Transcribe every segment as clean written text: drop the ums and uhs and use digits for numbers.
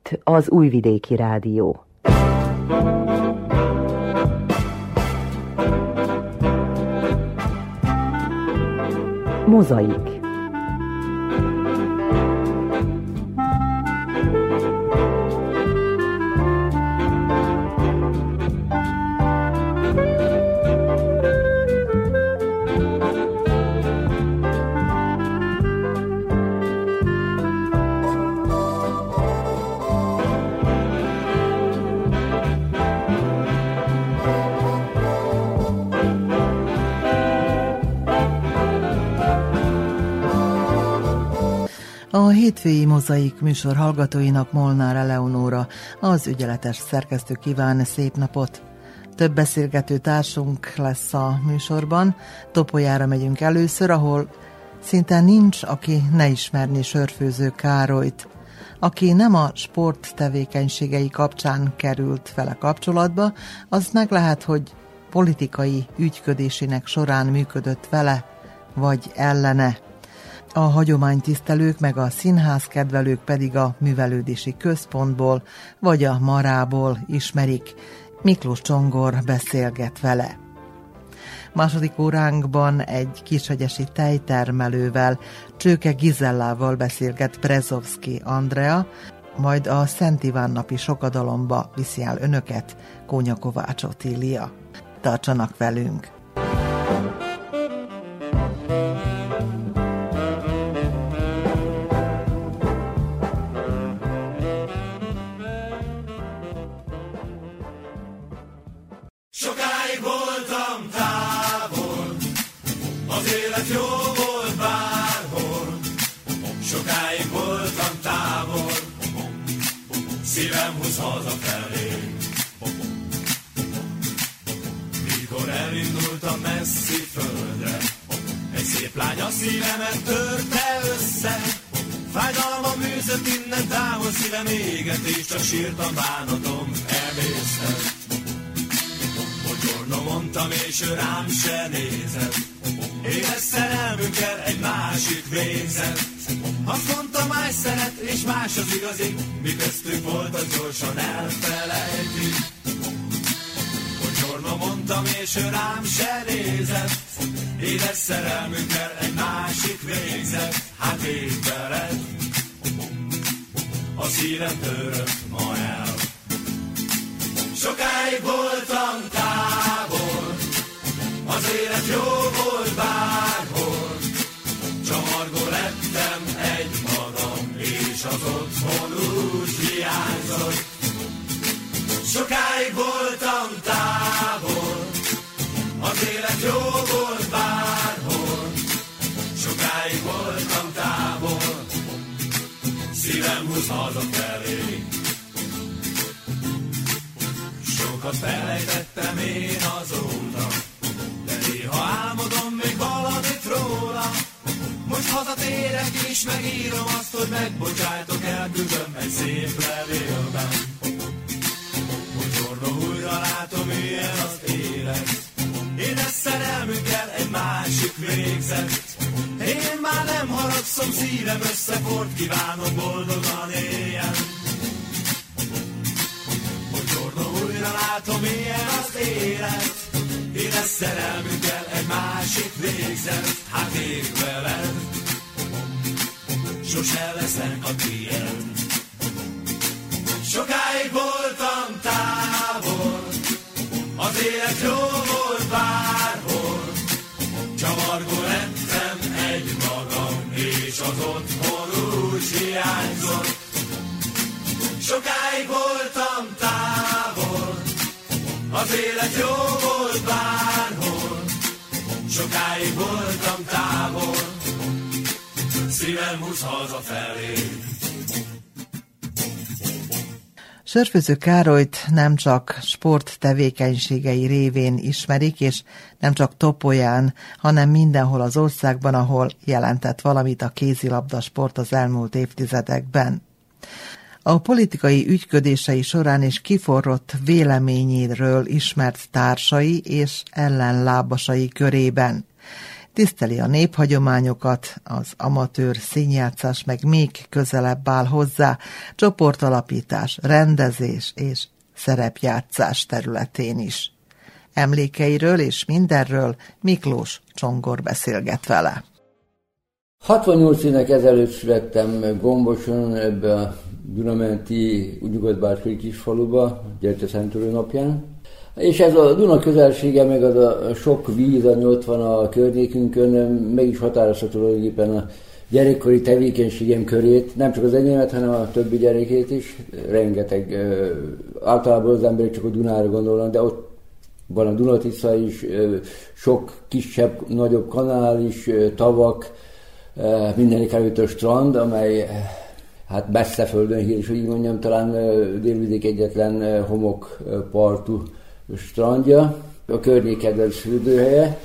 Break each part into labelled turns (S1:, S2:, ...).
S1: Itt az Újvidéki Rádió. Mozaik.
S2: A hétfői Mozaik műsor hallgatóinak Molnár Eleonóra, az ügyeletes szerkesztő kíván szép napot. Több beszélgető társunk lesz a műsorban. Topolyára megyünk először, ahol szinte nincs, aki ne ismerné Sörfőző Károlyt. Aki nem a sport tevékenységei kapcsán került vele kapcsolatba, az meg lehet, hogy politikai ügyködésének során működött vele, vagy ellene. A hagyománytisztelők meg a színházkedvelők pedig a művelődési központból vagy a Marából ismerik. Miklós Csongor beszélget vele. Második óránkban egy kishegyesi tejtermelővel, Csőke Gizellával beszélget Brezovszky Andrea, majd a Szent Iván napi sokadalomba viszi el önöket Kónya Kovács Otília. Tartsanak velünk!
S3: Sokáig voltam távol, az élet jó volt bárhol. Sokáig voltam távol, szívem húz hazafelé. Mikor elindultam messzi földre, egy szép lány a szívemet törte össze. Fájdalmam műzött innen távol, szívem éget, és csak sírtam, bánatom elvészett. Mondtam, és ő rám se nézett. Éles szerelmünkkel egy másik végzett. Azt mondta, más szeret, és más az igazi. Mi köztük volt, az gyorsan elfelejtik. Hogy mondtam, és ő rám se nézett. Éles szerelmünkkel egy másik végzett. Hát évbe lett. A szívem törött ma el. Sokáig voltam távol, az élet jó volt bárhol. Csavargó lettem egymagam, és az otthon úgy hiányzott. Sokáig voltam távol, az élet jó volt bárhol. Sokáig voltam távol, szívem húz hazafelé. Sokat felejtettem én azóta, de néha álmodom még valamit róla. Most hazatérek és megírom azt, hogy megbocsájtok, elküldöm egy szép levélben. Motorba újra látom, milyen az élet. Édes szerelmünkkel egy másik végzett. Én már nem haragszom, szívem összefort, kívánom boldogan éljen. Újra látom, milyen az élet. Édes szerelmünkkel egy másik végzett. Hát ég veled, sose leszek a tiéd. Sokáig voltam távol, az élet jó volt bárhol. Csavargó lettem egymagam, és az otthon úgy hiányzott. Sokáig voltam távol, az élet jó volt bárhol. Sokáig voltam távol, szívem húz hazafelé.
S2: Sörfőző Károlyt nem csak sport tevékenységei révén ismerik, és nem csak Topolyán, hanem mindenhol az országban, ahol jelentett valamit a kézilabda sport az elmúlt évtizedekben. A politikai ügyködései során és kiforrott véleményéről ismert társai és ellenlábasai körében. Tiszteli a néphagyományokat, az amatőr színjátszás meg még közelebb áll hozzá, csoportalapítás, rendezés és szerepjátszás területén is. Emlékeiről és mindenről Miklós Csongor beszélget vele.
S4: 68 évek ezelőtt születtem Gomboson, ebbe a Dunamenti Nyugat-Bácskai kisfaluba, Gyertyaszentörő napján. És ez a Duna közelsége, meg az a sok víz, ami ott van a környékünkön, meg is határozta tulajdonképpen a gyerekkori tevékenységem körét, nem csak az enyémet, hanem a többi gyerekét is. Rengeteg, általában az emberek csak a Dunára gondolnak, de ott van a Dunatisza is, sok kisebb, nagyobb kanál is, tavak, mindenek előtt a strand, amely hát messze földön hír, és úgy mondjam, talán Délvidék egyetlen homokpartú strandja, a környék kedvenc fürdőhelye,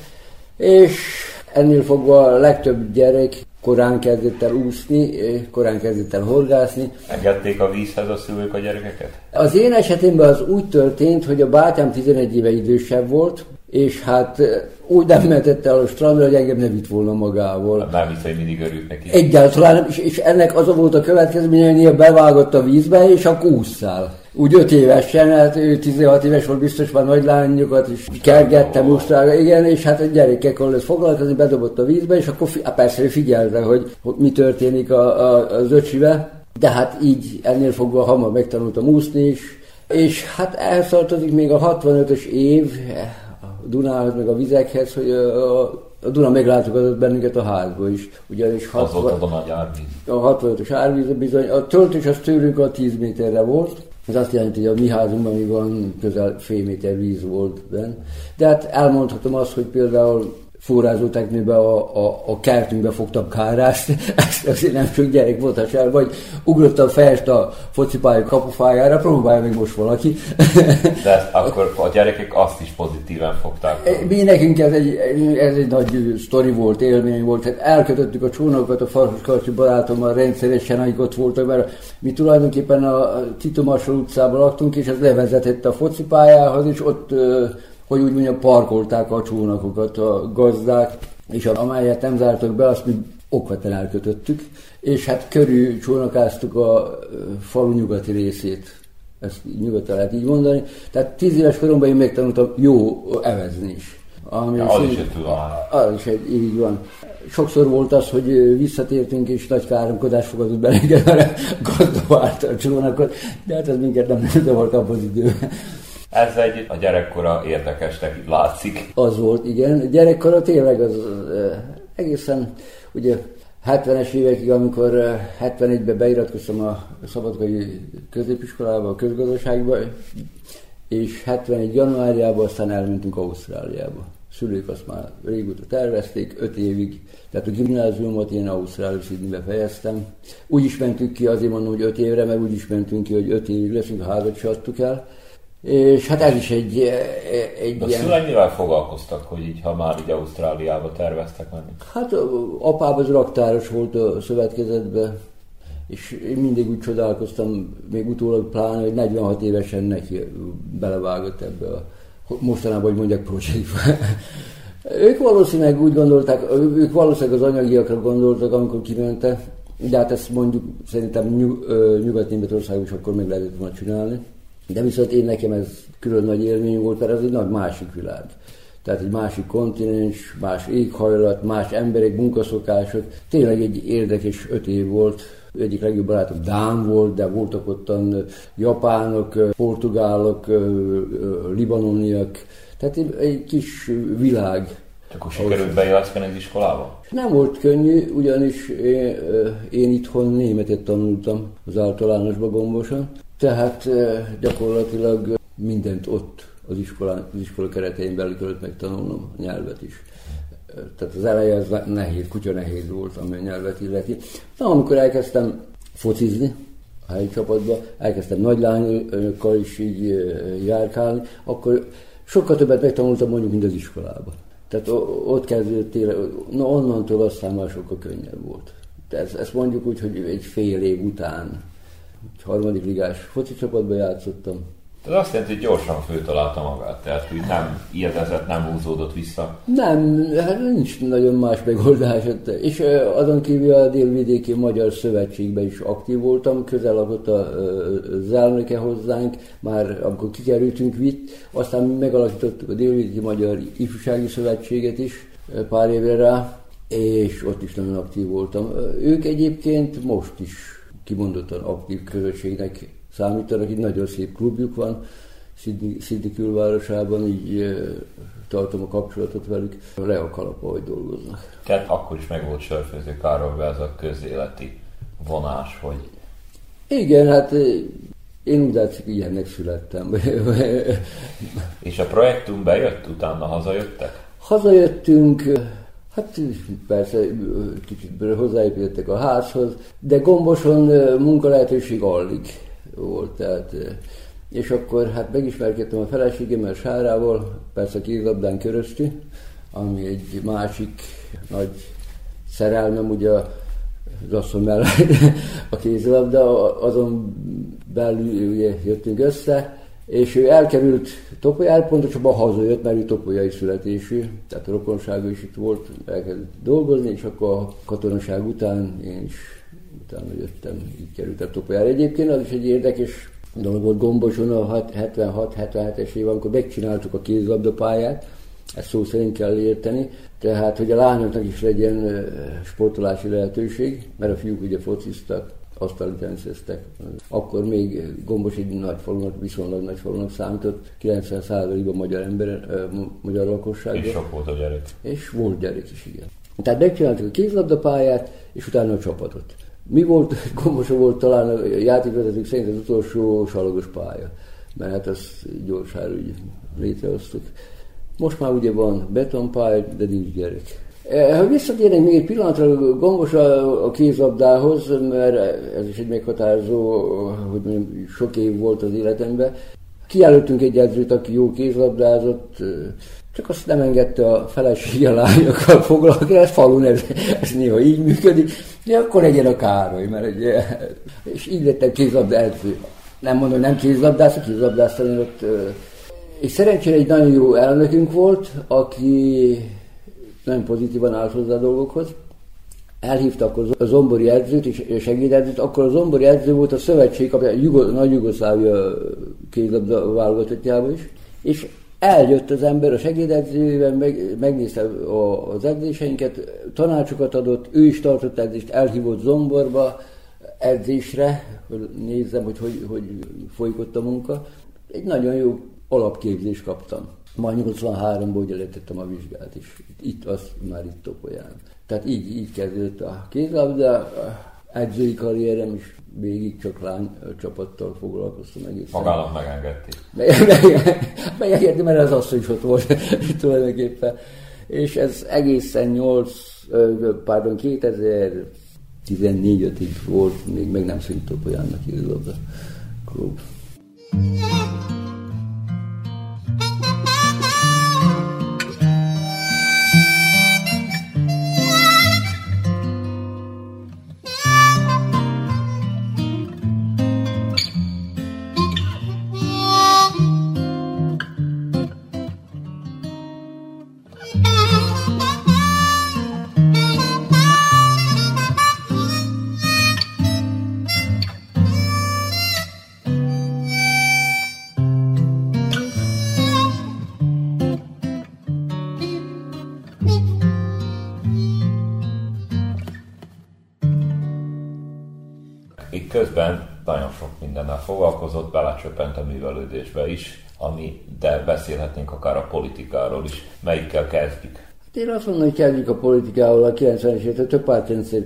S4: és ennél fogva a legtöbb gyerek korán kezdett el úszni, korán kezdett el horgászni.
S5: Engedték a vízhez a szülők a gyerekeket?
S4: Az én esetemben az úgy történt, hogy a bátyám 11 éve idősebb volt, és hát úgy nem mehetett el a strandra, hogy engem ne vitt volna magával.
S5: Nem hisz, hogy mindig örült neki.
S4: Egyáltalán nem, és ennek az volt a következménye, hogy bevágott a vízbe, és akkor ússzál. Úgy 5 évesen, hát ő 16 éves volt, biztos már nagy lányokat is kergette mustrága, igen, és hát a gyerekekkel lesz foglalkozni, bedobott a vízbe, és akkor persze ő figyelte, hogy mi történik az öcsivel, de hát így ennél fogva hamar megtanultam úszni is, és hát ehhez tartozik még a 65-ös év, a Dunához, meg a vizekhez, hogy a Duna meglátogatott bennünket a házba is. Ugyanis
S5: az volt a nagy árvíz.
S4: A 65-ös árvíz bizony. A töltés az tőlünk a 10 méterre volt. Ez azt jelenti, hogy a mi házunkban még van közel fél méter víz volt benne. De hát elmondhatom azt, hogy például forrázó teknőben a kertünkbe fogtam kárást, ezt azért nem sok gyerek volt el, vagy ugrottam fejest a focipálya kapufájára, próbálja meg most valaki.
S5: De akkor a gyerekek azt is pozitíven fogták.
S4: Mi nekünk ez egy nagy sztori volt, élmény volt. Hát elkötöttük a csónakokat a Farkaskarcsi barátommal rendszeresen, akik ott voltak, mert mi tulajdonképpen a Titomarson utcában laktunk, és ez levezetett a focipályához, és ott hogy úgy mondjam, parkolták a csónakokat a gazdák, és amelyet nem zártak be, azt mi okvetlen elkötöttük, és hát körül csónakáztuk a falu nyugati részét. Ezt nyugodtan lehet így mondani. Tehát 10 éves koromban én megtanultam jó evezni is.
S5: Az is egy tudomány.
S4: Az is így van. Sokszor volt az, hogy visszatértünk, és nagy káromkodás fogadott bennünket, mert gazda várta a csónakot, de hát ez minket nem zavart abban az időben.
S5: Ez a gyerekkora érdekesnek látszik.
S4: Az volt, igen. A gyerekkora tényleg az egészen, ugye 70-es évekig, amikor 71-ben beiratkoztam a Szabadkai középiskolába, a közgazdaságba, és 71 januárjában aztán elmentünk Ausztráliába. Szülők azt már régóta tervezték, 5 évig, tehát a gimnáziumot én Ausztrália Sydneybe fejeztem. Úgy is mentünk ki, azért mondom, hogy 5 évre, meg úgy is mentünk ki, hogy 5 évig leszünk, a házat se adtuk el. És hát ez is egy
S5: ilyen... A szüleid mivel foglalkoztak, hogy így, ha már így Ausztráliába terveztek menni?
S4: Hát apám az raktáros volt a szövetkezetben, és én mindig úgy csodálkoztam, még utólag pláne, hogy 46 évesen neki belevágott ebbe a mostanában, hogy mondják, projektbe. Ők valószínűleg úgy gondolták, ők valószínűleg az anyagiakra gondoltak, amikor kimentek, de hát ezt mondjuk szerintem Nyugat-Németországban is akkor meg lehetett volna csinálni. De viszont nekem ez külön nagy élmény volt, mert ez egy nagy másik világ. Tehát egy másik kontinens, más éghajlat, más emberek, munkaszokások. Tényleg egy érdekes 5 év volt. Egyik legjobb barátom dán volt, de voltak ottan japánok, portugálok, libanoniak. Tehát egy kis világ.
S5: Akkor sikerült bejátszani az iskolába?
S4: Nem volt könnyű, ugyanis én itthon németet tanultam az általánosba Gomboson. Tehát gyakorlatilag mindent ott az iskola keretein belül kellett megtanulnom, a nyelvet is. Tehát az eleje az nehéz, kutya nehéz volt, ami a nyelvet illeti. Na, amikor elkezdtem focizni a helyi csapatba, elkezdtem nagylányokkal is így járkálni, akkor sokkal többet megtanultam mondjuk, mint az iskolában. Tehát ott kezdődtél, onnantól aztán már sokkal könnyebb volt. Tehát ezt mondjuk úgy, hogy egy fél év után egy 3. ligás foci csapatban játszottam,
S5: Ez azt jelenti, hogy gyorsan föltalálta magát, tehát hogy nem ijedezett, nem húzódott vissza.
S4: Nem, hát nincs nagyon más megoldás. És azon kívül a Délvidéki Magyar Szövetségben is aktív voltam, közel lakott az elnöke hozzánk, már amikor kikerültünk vitt, aztán megalakítottuk a Délvidéki Magyar Ifjúsági Szövetséget is pár évre rá, és ott is nagyon aktív voltam. Ők egyébként most is kimondottan aktív közösségnek számítanak, így nagyon szép klubjuk van, Sydney külvárosában, így tartom a kapcsolatot velük, Lea Kalapa, hogy dolgoznak.
S5: Tehát akkor is meg volt Sörfőző Károlyban ez a közéleti vonás, hogy...
S4: Igen, hát én úgy látszik, ilyennek születtem.
S5: És a projektum bejött, utána hazajöttek?
S4: Hazajöttünk, hát persze kicsit hozzáépítettek a házhoz, de Gomboson munkalehetőség alig volt, tehát, és akkor hát megismerkedtem a feleségemmel, Sárával, persze a kézlabdán köröztül, ami egy másik nagy szerelmem, ugye az asszony mellett a kézlabda, azon belül ugye jöttünk össze, és ő elkerült Topolyára, pontosabban hazajött, mert ő topolyai születésű, tehát a rokonsága is itt volt, elkezdett dolgozni, és akkor a katonaság után én is utána jöttem, így kerültem Topolyára. Egyébként az is egy érdekes dolog volt Gomboson a 76-77-es év, amikor megcsináltuk a kézlabdapályát, ezt szó szerint kell érteni, tehát hogy a lányoknak is legyen sportolási lehetőség, mert a fiúk ugye fociztak, asztaliteniceztek. Akkor még Gombos egy nagy falunak, viszonylag nagy falunak számított, 90%-ban magyar lakosságban.
S5: És sok volt a gyerek.
S4: És volt gyerek is, igen. Tehát megcsináltuk a kézlabdapályát, és utána a csapatot. Mi volt, Gomboson volt talán a játékvezetők szerint az utolsó salagos pálya, mert hát azt gyorsára úgy létrehoztuk. Most már ugye van betonpálya, de nincs gyerek. Ha visszatérnénk még egy pillanatra Gombos a kézlabdához, mert ez is egy meghatározó, hogy mondjam, sok év volt az életemben. Kijelöltünk egy edzőt, aki jó kézlabdázott, csak azt nem engedte a felesége a lányokkal foglalkozni, ez falun ez néha így működik, de akkor legyen a Károly, mert ugye, és így lettem kézlabda edző. Nem mondom, nem kézlabdáztam ott. És szerencsére egy nagyon jó elnökünk volt, aki nagyon pozitívan állt hozzá a dolgokhoz. Elhívta akkor a zombori edzőt és segédedzőt, akkor a zombori edző volt a szövetség, a nagy Jugoszlávia kézlabda válogatottjában is, és eljött az ember a segédedzővel, megnézte az edzéseinket, tanácsokat adott, ő is tartott edzést, elhívott Zomborba edzésre, hogy nézzem, hogy folyik ott a munka. Egy nagyon jó alapképzést kaptam. Majd 83-ban ugye letettem a vizsgát is. Itt már itt Topolyán. Tehát így kezdődött a kézlabda, edzői karrierem is végig csak lány csapattal foglalkoztam egészen.
S5: Magának megengedti.
S4: Megengedti, mert az asszony is ott volt tulajdonképpen. És ez egészen 2014-5-ig volt, még meg nem szűnt Topolyánnak kézlabda klub.
S5: Közben nagyon sok mindennel foglalkozott, belecsöppent a művelődésbe is, de beszélhetnénk akár a politikáról is. Melyikkel kezdjük?
S4: Én azt mondom, hogy kezdjük a politikával a 90-es évtől, több pártrendszer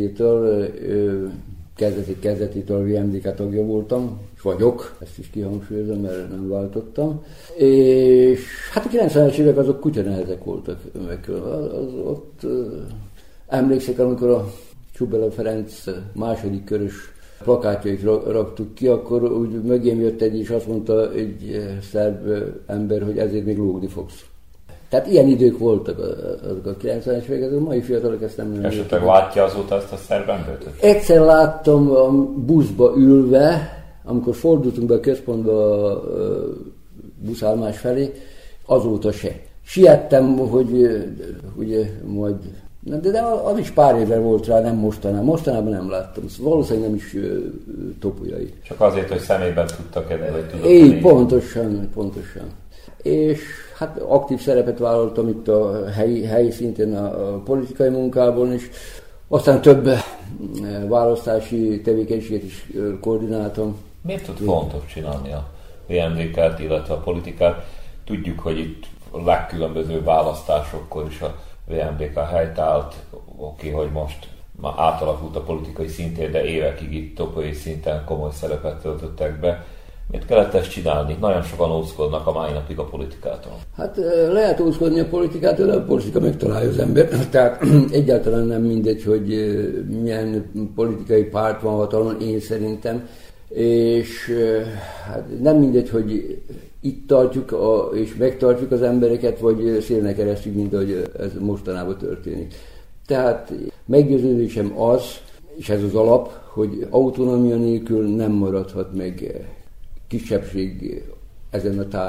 S4: kezdetétől VMDK tagja voltam, és vagyok, ezt is kihangsúlyozom, mert nem váltottam. És hát a 90-es évek azok kutyanehezek voltak. Ott emlékszek, amikor a Csubela Ferenc második körös plakátjait raktuk ki, akkor úgy mögém jött egy, és azt mondta egy szerb ember, hogy ezért még lógni fogsz. Tehát ilyen idők voltak azok a 90-es évek, a mai fiatalok ezt nem...
S5: Esetleg látja azóta ezt a szerb embert?
S4: Egyszer láttam a buszba ülve, amikor fordultunk be a központba a buszállomás felé, azóta se. Siettem, hogy ugye majd... De az is pár évvel volt rá, nem mostanában. Mostanában nem láttam. Valószínűleg nem is topolyai.
S5: Csak azért, hogy személyben tudtak ennél, vagy tudok.
S4: Így, pontosan. És hát aktív szerepet vállaltam itt a helyi szintén a politikai munkában is. Aztán több választási tevékenységet is koordináltam.
S5: Miért tud fontos csinálni a VMDK-t, illetve a politikát? Tudjuk, hogy itt a legkülönbözőbb választásokkor is a VMDK helytállt, hogy most már átalakult a politikai szintén, de évekig itt topolyai szinten komoly szerepet töltöttek be. Miért kellett ezt csinálni? Nagyon sokan óckodnak a mai napig a politikától. Hát
S4: lehet óckodni a politikától, de a politika megtalálja az ember. Tehát egyáltalán nem mindegy, hogy milyen politikai párt van hatalmon, én szerintem. És hát nem mindegy, hogy itt tartjuk és megtartjuk az embereket, vagy szélnek keresztül, mint ahogy ez mostanában történik. Tehát meggyőződésem az, és ez az alap, hogy autonómia nélkül nem maradhat meg kisebbség ezen a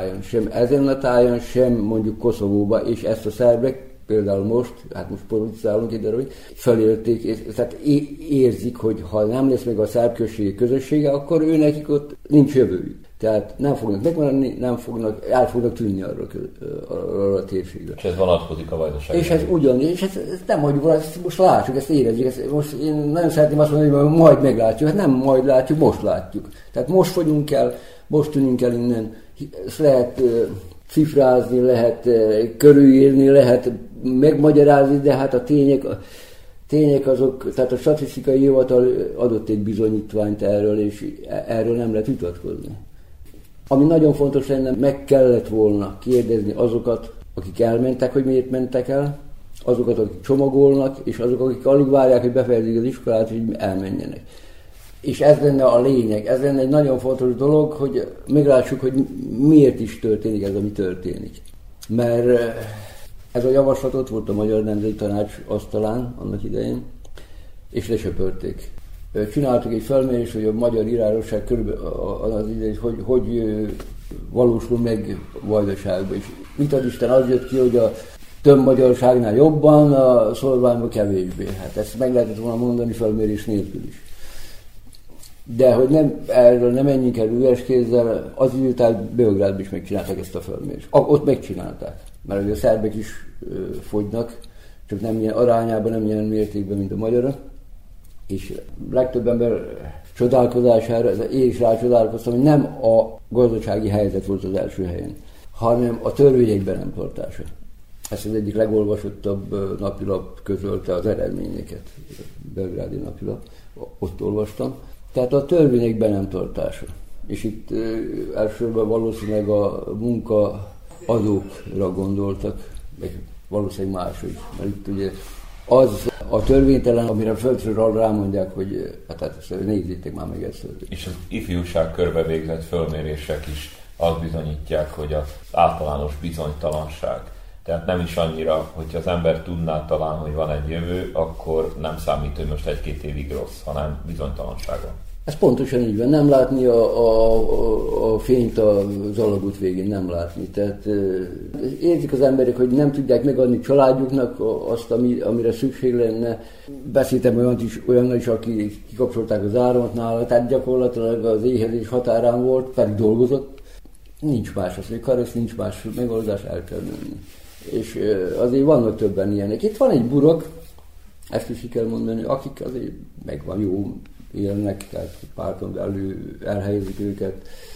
S4: tájon, sem mondjuk Koszovóba, és ezt a szerbek például most politizálunk ide, hogy felélték, tehát érzik, hogy ha nem lesz meg a szerb közössége, akkor nekik ott nincs jövőjük. Tehát nem fognak megmaradni, el fognak tűnni arra a térségre.
S5: És ez vonatkozik a Vajdaságra.
S4: És ez ugyanígy, és ezt nem mondjuk, ezt most látjuk, ezt érezzük. Most én nagyon szeretném azt mondani, hogy majd meglátjuk. Hát nem majd látjuk, most látjuk. Tehát most fogyunk el, most tűnünk el innen. Ezt lehet cifrázni, lehet körülírni, lehet megmagyarázni, de hát a tények azok, tehát a statisztikai hivatal adott egy bizonyítványt erről, és erről nem lehet vitatkozni. Ami nagyon fontos lenne, meg kellett volna kérdezni azokat, akik elmentek, hogy miért mentek el, azokat, akik csomagolnak, és azok, akik alig várják, hogy befejezik az iskolát, hogy elmenjenek. És ez lenne a lényeg, ez lenne egy nagyon fontos dolog, hogy meglássuk, hogy miért is történik ez, ami történik. Mert ez a javaslat ott volt a Magyar Nemzeti Tanács asztalán annak idején, és lesöpörték. Csináltuk egy felmérést, hogy a magyar írárosság körülbelül az idején, hogy valósul meg Vajdaságban. És mit ad Isten, az jött ki, hogy a több magyarságnál jobban, a szorványban kevésbé. Hát ezt meg lehetett volna mondani felmérés nélkül is. De hogy erről nem menjünk el üres kézzel, az után Beográdban is megcsinálták ezt a felmérést. Ott megcsinálták, mert ugye a szerbek is fogynak, csak nem ilyen arányában, nem ilyen mértékben, mint a magyarok. És legtöbb ember csodálkozására, én is rácsodálkoztam, hogy nem a gazdasági helyzet volt az első helyen, hanem a törvények be nem tartása. Ez az egyik legolvasottabb napilap közölte az eredményeket, belgrádi napilap, ott olvastam. Tehát a törvények be nem tartása. És itt elsősorban valószínűleg a munkaadókra gondoltak, meg valószínűleg máshogy. Mert itt ugye az a törvénytelen, amire földről rámondják, hogy hát ezt nézzétek már meg ezt.
S5: És az ifjúság körbe végzett fölmérések is azt bizonyítják, hogy az általános bizonytalanság. Tehát nem is annyira, hogyha az ember tudná talán, hogy van egy jövő, akkor nem számít, hogy most 1-2 évig rossz, hanem bizonytalanságon.
S4: Ez pontosan így van, nem látni a fényt az alagút végén, nem látni. Tehát érzik az emberek, hogy nem tudják megadni családjuknak azt, amire szükség lenne. Beszéltem olyannal is, akik kikapcsolták az áramot nála, tehát gyakorlatilag az éhezés határán volt, pedig dolgozott. Nincs más, azt mondjuk, ha nincs más megoldás, el kell menni. És azért vannak többen ilyenek. Itt van egy burok, ezt is ki kell mondani, akik azért megvan jó élnek, tehát párton belül elhelyezik őket.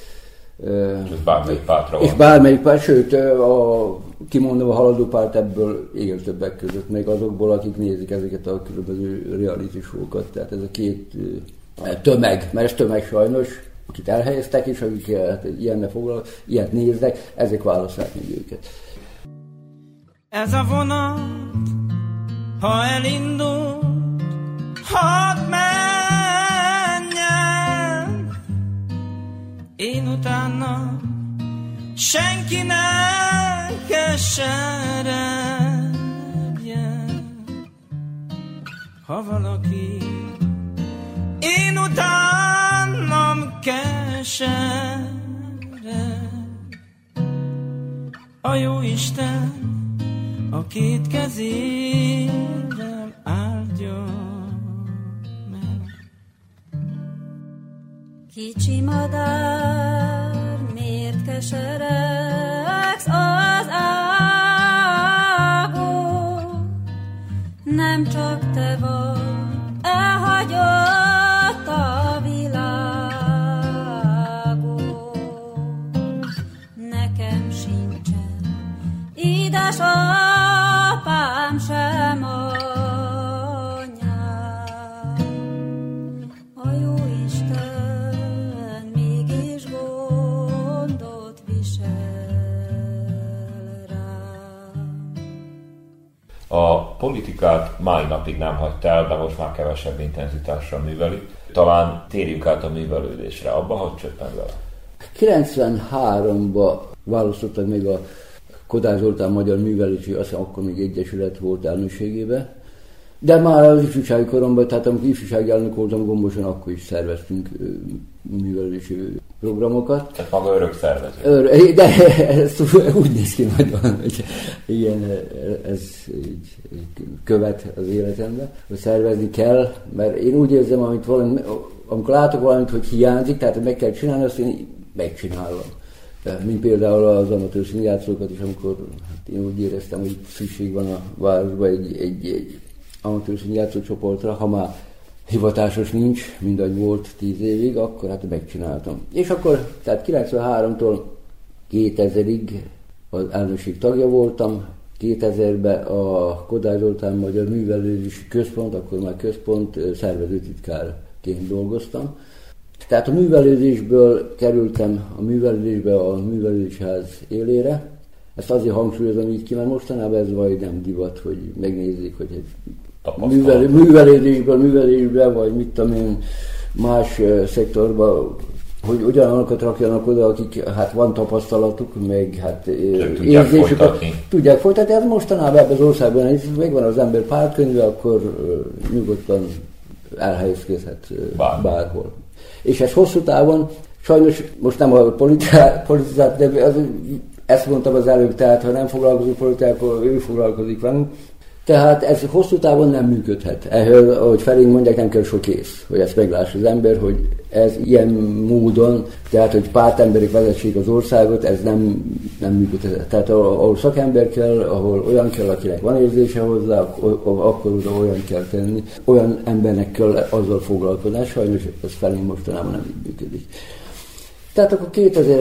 S5: És bármelyik pártra van.
S4: És bármelyik párt, sőt, kimondom, a Haladó Párt ebből él többek között, meg azokból, akik nézik ezeket a különböző reality show-kat. Tehát ez a két tömeg, mert ez tömeg sajnos, akit elhelyeztek, és akik ilyet néznek, ezek választják meg őket.
S6: Ez a vonat, ha elindul, hadd menjen, én utána senkinek keseredjen. Ha valaki én utánam kesereg, kesereg. A Jóisten a két kezével áldja meg.
S7: Kicsi madár, miért keseregsz az ágon? Nem csak te vagy, elhagyott a világon. Nekem sincsen édesapám sem anyám. A Jóisten mégis gondot visel rám.
S5: A politikát mai napig nem hagyta el, de most már kevesebb intenzitással műveli. Talán térjünk át a művelődésre. Abba hogy csöppen vele?
S4: 93-ban választottak még a Kodály Zoltán Magyar Művelési, azt akkor még egyesület volt elnökségében. De már az ifjúsági koromban, tehát amikor ifjúsági elnök voltam Gomboson, akkor is szerveztünk művelési programokat.
S5: Tehát maga örök szervező.
S4: De ez úgy néz ki nagyon, hogy igen, ez így követ az életemben, hogy szervezni kell, mert én úgy érzem, amikor látok valamit, hogy hiányzik, tehát meg kell csinálni, azt én megcsinálom. Mint például az amatőr színjátszókat is, amikor én úgy éreztem, hogy szükség van a városban egy amatőr színjátszó csoportra, ha már hivatásos nincs, mindagy volt 10 évig, akkor hát megcsináltam. És akkor, tehát 93-tól 2000-ig az elnökség tagja voltam, 2000-ben a Kodály Zoltán Magyar Művelődési Központ, akkor már központ szervezőtitkárként dolgoztam. Tehát a művelődésből kerültem a művelődésbe, a művelődésház élére. Ezt azért hangsúlyozom így ki, mert mostanában ez vagy nem divat, hogy megnézzék, hogy egy művelődésbe, vagy mit tudom én, más szektorban, hogy ugyanokat rakjanak oda, akik hát van tapasztalatuk, meg hát érzésük. Tudják folytatni. Ez mostanában ebben az országban, hogy megvan az ember pártkönyve, akkor nyugodtan elhelyezkedhet bárhol. És ez hosszú távon, sajnos most nem a politikát, de ezt mondtam az előbb, tehát ha nem foglalkozunk politikával, ő foglalkozik velünk. Tehát ez hosszú távon nem működhet. Ehhez, ahogy Ferenc mondják, nem kell sok ész, hogy ezt meglássa az ember, hogy ez ilyen módon, tehát hogy pártemberek vezessék az országot, ez nem működhet. Tehát ahol szakember kell, ahol olyan kell, akinek van érzése hozzá, akkor oda olyan kell tenni. Olyan embernek kell azzal foglalkozni, sajnos ez Ferenc mostanában nem így működik. Tehát akkor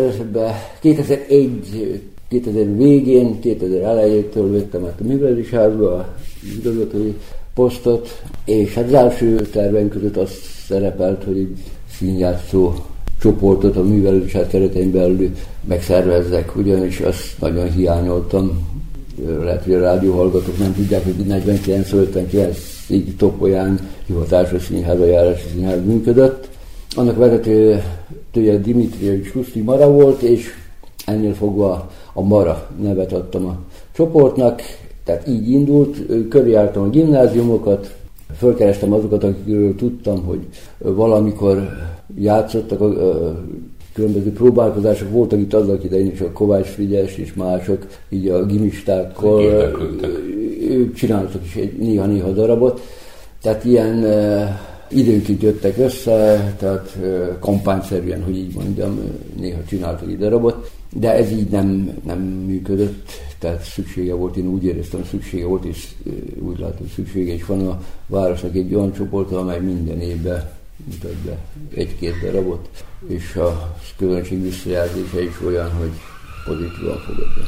S4: 2000 végén, 2000 elejétől vettem át a művelődésházba a igazgatói posztot, és hát az első terveim között az szerepelt, hogy egy színjátszó csoportot a művelődésház keretein belül megszervezzek, ugyanis azt nagyon hiányoltam. Lehet, hogy a rádióhallgatók nem tudják, hogy 49-59-ig Topolyán hivatásos színház, a járási színház működött. Annak vezetője Dimitrijevics Kuszti Mara volt, és ennél fogva a Mara nevet adtam a csoportnak, tehát így indult, körüljártam a gimnáziumokat, fölkerestem azokat, akikről tudtam, hogy valamikor játszottak, különböző próbálkozások voltak itt annak idején is, a Kovács Frigyes és mások, így a gimistákkal, ők csináltak is néha-néha darabot, tehát ilyen időnként jöttek össze, tehát kampányszerűen, hogy így mondjam, néha csináltak egy darabot, de ez így nem működött, tehát szüksége volt, én úgy éreztem, szüksége volt, és úgy látom, szüksége is van a városnak egy olyan csoport, amely minden évben mutat be egy-két darabot, és a közönség visszajelzése is olyan, hogy pozitívan fogadja.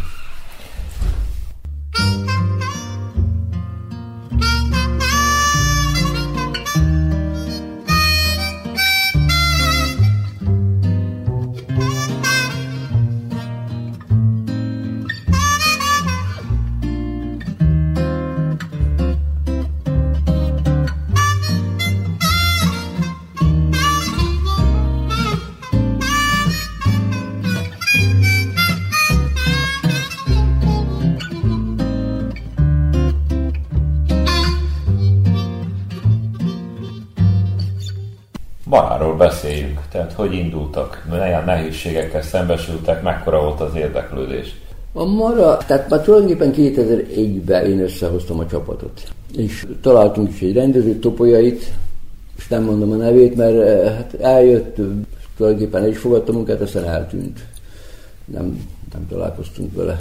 S5: Maráról beszéljünk, tehát hogy indultak, milyen nehézségekkel szembesültek, mekkora volt az érdeklődés?
S4: A Mara, tehát már tulajdonképpen 2001-ben én összehoztam a csapatot. És találtunk is egy rendezőt, Topolyait, és nem mondom a nevét, mert hát eljött, tulajdonképpen el is fogadta a munkát, aztán eltűnt. Nem találkoztunk vele.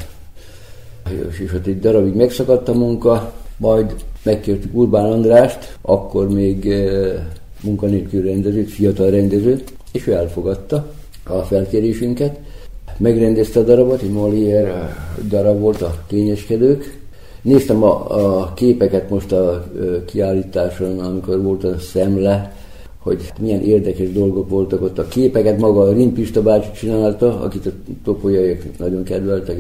S4: És ott egy darabig megszakadt a munka, majd megkértük Urbán Andrást, akkor még munkanélkül rendezőt, fiatal rendezőt, és ő elfogadta a felkérésünket. Megrendezte a darabot, egy Molière darab volt, a Kényeskedők. Néztem a képeket most a kiállításon, amikor volt a Szemle, hogy milyen érdekes dolgok voltak ott. A képeket maga a Rind Pista bácsi csinálta, akit a topolyaiak nagyon kedveltek.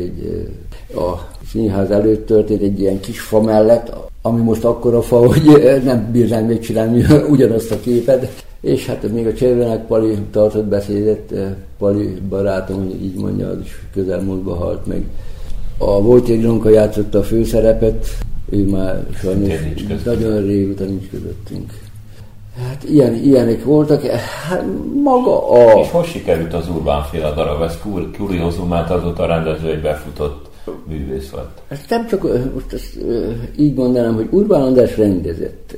S4: A színház előtt történt egy ilyen kis fa mellett, ami most akkora fa, hogy nem bírnánk megcsinálni ugyanazt a képet. És hát még a Cservenek Pali tartott beszédet, Pali barátom, hogy így mondja, az is közelmúltban halt meg. A Wojciech Ilonka játszotta a főszerepet, ő már sajnos nagyon régóta nincs közöttünk. Hát ilyenek voltak. Hát maga a...
S5: És hogy sikerült az Urbán-féle darab? Ez kuriózum, mert azóta rendező egy befutott művész lett.
S4: Hát nem csak, most ezt így mondanám, hogy Urbán András rendezett.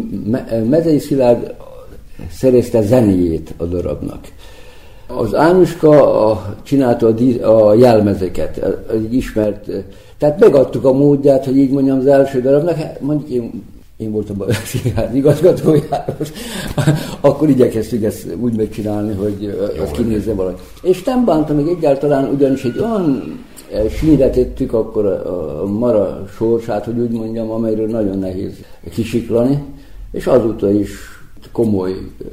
S4: Mezei Szilárd szerezte zenéjét a darabnak. Az Ánuska csinálta a jelmezeket, az ismert, tehát megadtuk a módját, hogy így mondjam, az első darabnak, mondjuk én voltam a színház igazgatójára, akkor igyekeztünk ezt úgy megcsinálni, hogy azt kinézze valaki. És nem bántam meg egyáltalán, ugyanis egy olyan sínre tettük akkor a Mara sorsát, hogy úgy mondjam, amelyről nagyon nehéz kisiklani, és azóta is komoly,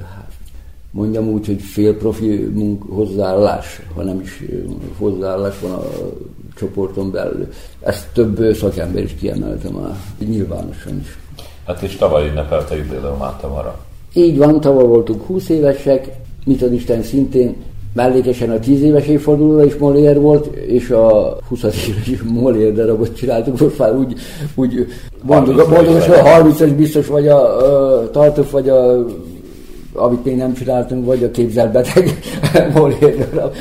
S4: mondjam úgy, hogy félprofi hozzáállás, ha nem is hozzáállás van a csoporton belül. Ezt több szakember is kiemelte már, nyilvánosan is.
S5: Hát és tavaly ünnepelte jubileumát a Mara.
S4: Így van, tavaly voltunk 20 évesek, mit ad Isten szintén, mellékesen a 10 éves évfordulóra is Molière volt, és a 20 éves Molière darabot csináltuk, most már úgy mondjuk, hogy a 30-as biztos vagy a Tartuf, vagy amit még nem csináltunk, vagy a képzelbeteg Molière darab.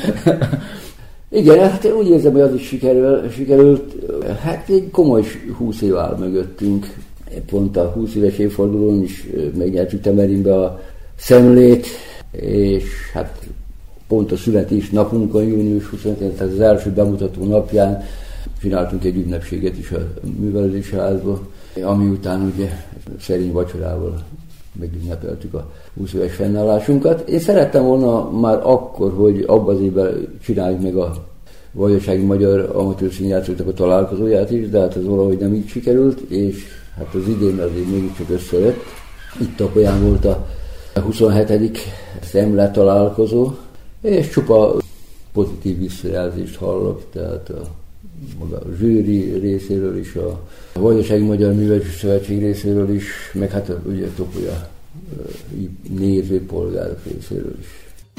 S4: Igen, hát úgy érzem, hogy az is sikerült. Hát egy komoly 20 év áll mögöttünk. Pont a 20 éves évfordulón is megnyertük Temerinbe a Szemlét, és hát pont a születés napunkon, június 25-én, tehát az első bemutató napján csináltunk egy ünnepséget is a művelődési házba, ami után ugye szerény vacsorával megünnepeltük a 20 éves fennállásunkat. Én szerettem volna már akkor, hogy abban az évben csináljuk meg a Vajdasági Magyar Amatőr Színjátszóknak a találkozóját is, de hát ez valahogy nem így sikerült, és hát az idén azért mégiscsak összejött. Itt Topolyán volt a 27. Szemle találkozó, és csupa pozitív visszajelzést hallok, tehát maga a zsűri részéről is, a Vajdasági Magyar Művelődési Szövetség részéről is, meg hát ugye Topolya nézőpolgárok részéről is.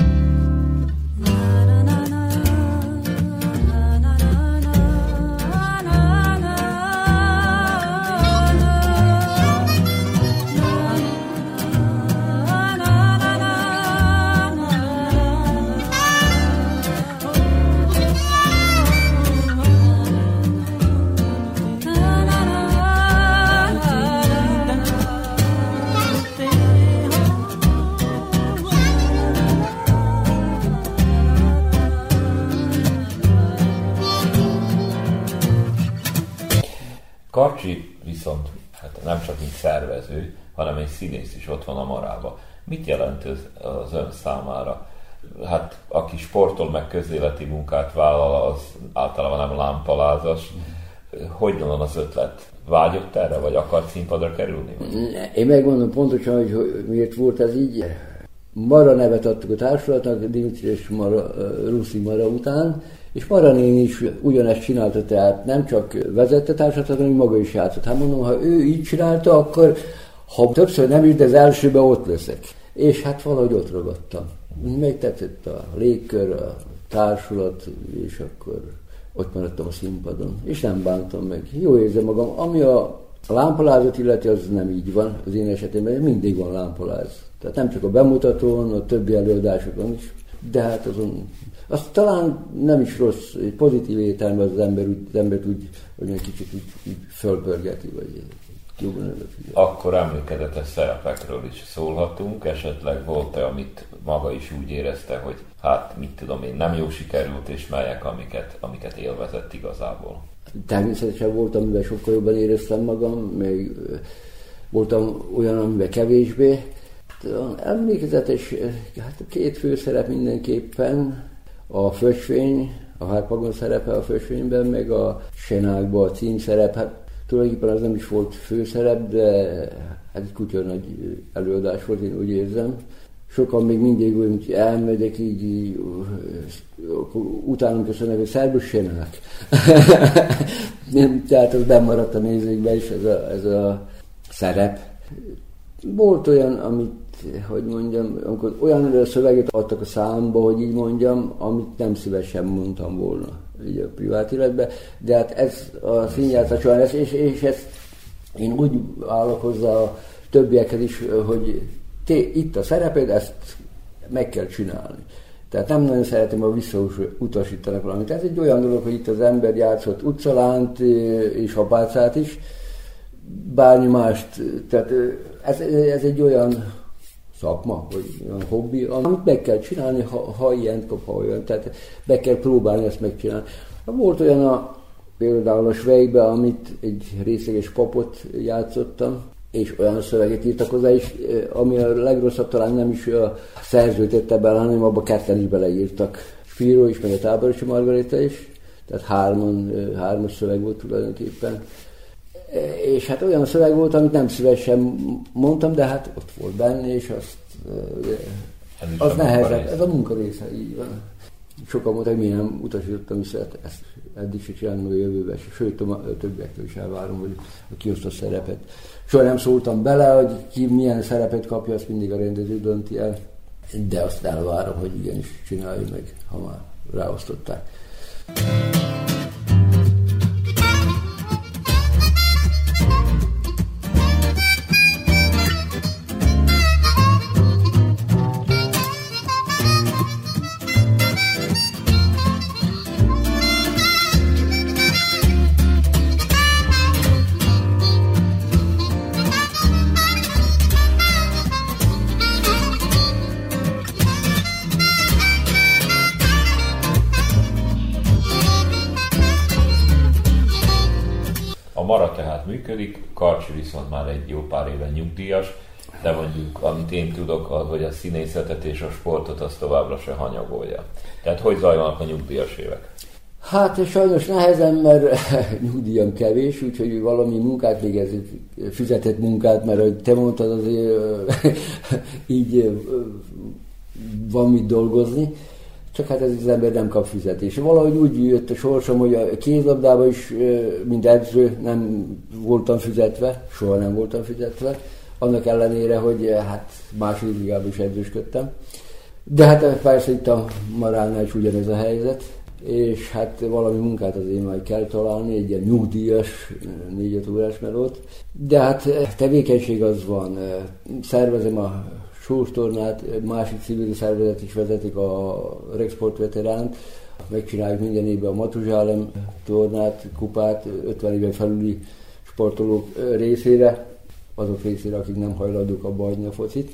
S5: Karcsi viszont hát nem csak mint szervező, hanem egy színész is ott van a Marában. Mit jelent ez az ön számára? Hát aki sportol, meg közéleti munkát vállal, az általában nem lámpalázas. Hogy van az ötlet? Vágyott erre, vagy akart színpadra kerülni?
S4: Én megmondom pontosan, hogy miért volt ez így. Mara nevet adtuk a társulatnak, Dimitri és Ruszi Mara után, és Mara néni is ugyanezt csinálta, tehát nem csak vezette társulatot, hanem maga is játszott. Hát mondom, ha ő így csinálta, akkor ha többször nem is, de az elsőben ott leszek. És hát valahogy ott ragadtam. Megtetszett a légkör, a társulat, és akkor ott maradtam a színpadon. És nem bántam meg. Jó érzem magam. Ami a A lámpalázat illeti az nem így van, az én esetemben mindig van lámpaláz. Tehát nem csak a bemutatón, a többi előadásokon is, de hát azon, az talán nem is rossz, egy pozitív értelemben az embert úgy, hogy egy kicsit úgy fölpörgeti, vagy jobban előfigyel.
S5: Akkor emlékezetes szerepekről is szólhatunk, esetleg volt-e, amit maga is úgy érezte, hogy hát mit tudom én, nem jó sikerült, és melyek, amiket élvezett igazából?
S4: Természetesen voltam, amivel sokkal jobban éreztem magam, még voltam olyan, amivel kevésbé. Emlékezetes, hát a két főszerep mindenképpen, a Fösvény, a Harpagon szerepe a Fösvényben, meg a Senákban a címszerep. Hát tulajdonképpen az nem is volt főszerep, de hát egy kutya nagy előadás volt, én úgy érzem. Sokan még mindig úgy elmegyek így utánunk köszönnek, hogy szerbus Senák. Tehát az bennmaradt a nézőkben is ez a szerep. Volt olyan, amit, hogy mondjam, amikor olyan szöveget adtak a számba, hogy így mondjam, amit nem szívesen mondtam volna így a privát életben, de hát ez a színjátszat során, és ezt én úgy állok hozzá a többiekhez is, hogy itt a szereped, ezt meg kell csinálni. Tehát nem nagyon szeretem, ha visszautasítanak valamit. Ez egy olyan dolog, hogy itt az ember játszott utcalánt és apácát is, bármi mást, tehát ez egy olyan szakma, vagy olyan hobbi, amit meg kell csinálni, ha ilyen kap, ha olyan, tehát be kell próbálni ezt megcsinálni. Volt olyan például a Svejbe, amit egy részleges papot játszottam, és olyan szöveget írtak hozzá is, ami a legrosszabb talán nem is a szerző tette bele, hanem abba ketten is beleírtak. Spiro is, meg a Táborosi Margarita is, tehát hármas szöveg volt tulajdonképpen. És hát olyan szöveg volt, amit nem szívesen mondtam, de hát ott volt benne, és az nehezebb, ez a munka része, így van. Sokan mondták, hogy mi nem utasítottam vissza, ezt eddig se csinálom a jövőben, sőt a többiektől is elvárom, hogy a kiosztott szerepet. Soha nem szóltam bele, hogy ki milyen szerepet kapja, azt mindig a rendező dönti el, de azt elvárom, hogy igenis csináljuk meg, ha már ráosztották.
S5: Működik, Karcsi viszont már egy jó pár éve nyugdíjas, de mondjuk, amit én tudok, az, hogy a színészetet és a sportot az továbbra se hanyagolja. Tehát hogy zajlanak a nyugdíjas évek?
S4: Hát sajnos nehezen, mert nyugdíjam kevés, úgyhogy valami munkát végezünk, fizetett munkát, mert ahogy te mondtad, azért így van mit dolgozni. Csak hát ez az ember nem kap fizetést. Valahogy úgy jött a sorsom, hogy a kézlabdában is, mint edző, nem voltam fizetve, soha nem voltam fizetve, annak ellenére, hogy hát második ligában is edzősködtem. De hát persze itt a Maránál is ugyanez a helyzet, és hát valami munkát azért majd kell találni, egy ilyen nyugdíjas 4-5 órás melót. De hát tevékenység az van, szervezem a Sorstornát, másik civil szervezet is vezetik, a Rexport Veteránt, megcsináljuk minden évben a Matuzsálem tornát, kupát, 50 éven felüli sportolók részére, azok részére, akik nem hajlandók abba hagyni a focit.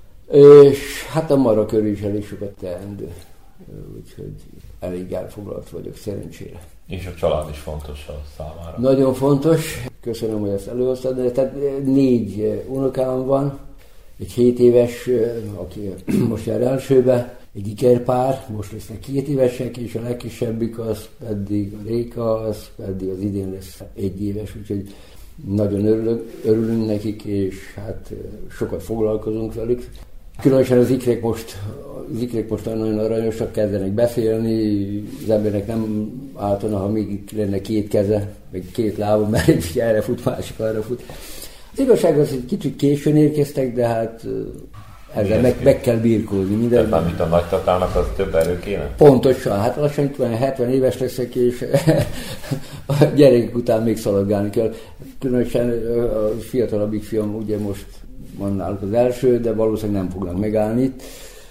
S4: És hát a Mara körül is elég sokat teendő, úgyhogy elég elfoglalt vagyok szerencsére.
S5: És a család is fontos a számára.
S4: Nagyon fontos, köszönöm, hogy ezt előhoztad, tehát 4 unokám van, egy 7 éves, aki most jár elsőbe, egy ikerpár, most lesznek 2 évesek, és a legkisebbik az pedig a Réka, az pedig az idén lesz 1 éves, úgyhogy nagyon örülünk nekik, és hát sokat foglalkozunk velük. Különösen az ikrek most nagyon aranyosak, kezdenek beszélni, az embernek nem álltana, ha még lenne 2 keze, meg 2 lába, mert egy erre fut, másik arra fut. Az igazság az, hogy kicsit későn érkeztek, de hát ezzel meg kell birkózni. Minden...
S5: Tehát mint a nagytatának, az több erő kéne?
S4: Pontosan, hát lassan 70 éves leszek, és a gyerekek után még szaladgálni kell. Különösen a fiatalabbik fiam ugye most van náluk az első, de valószínűleg nem fognak megállni itt.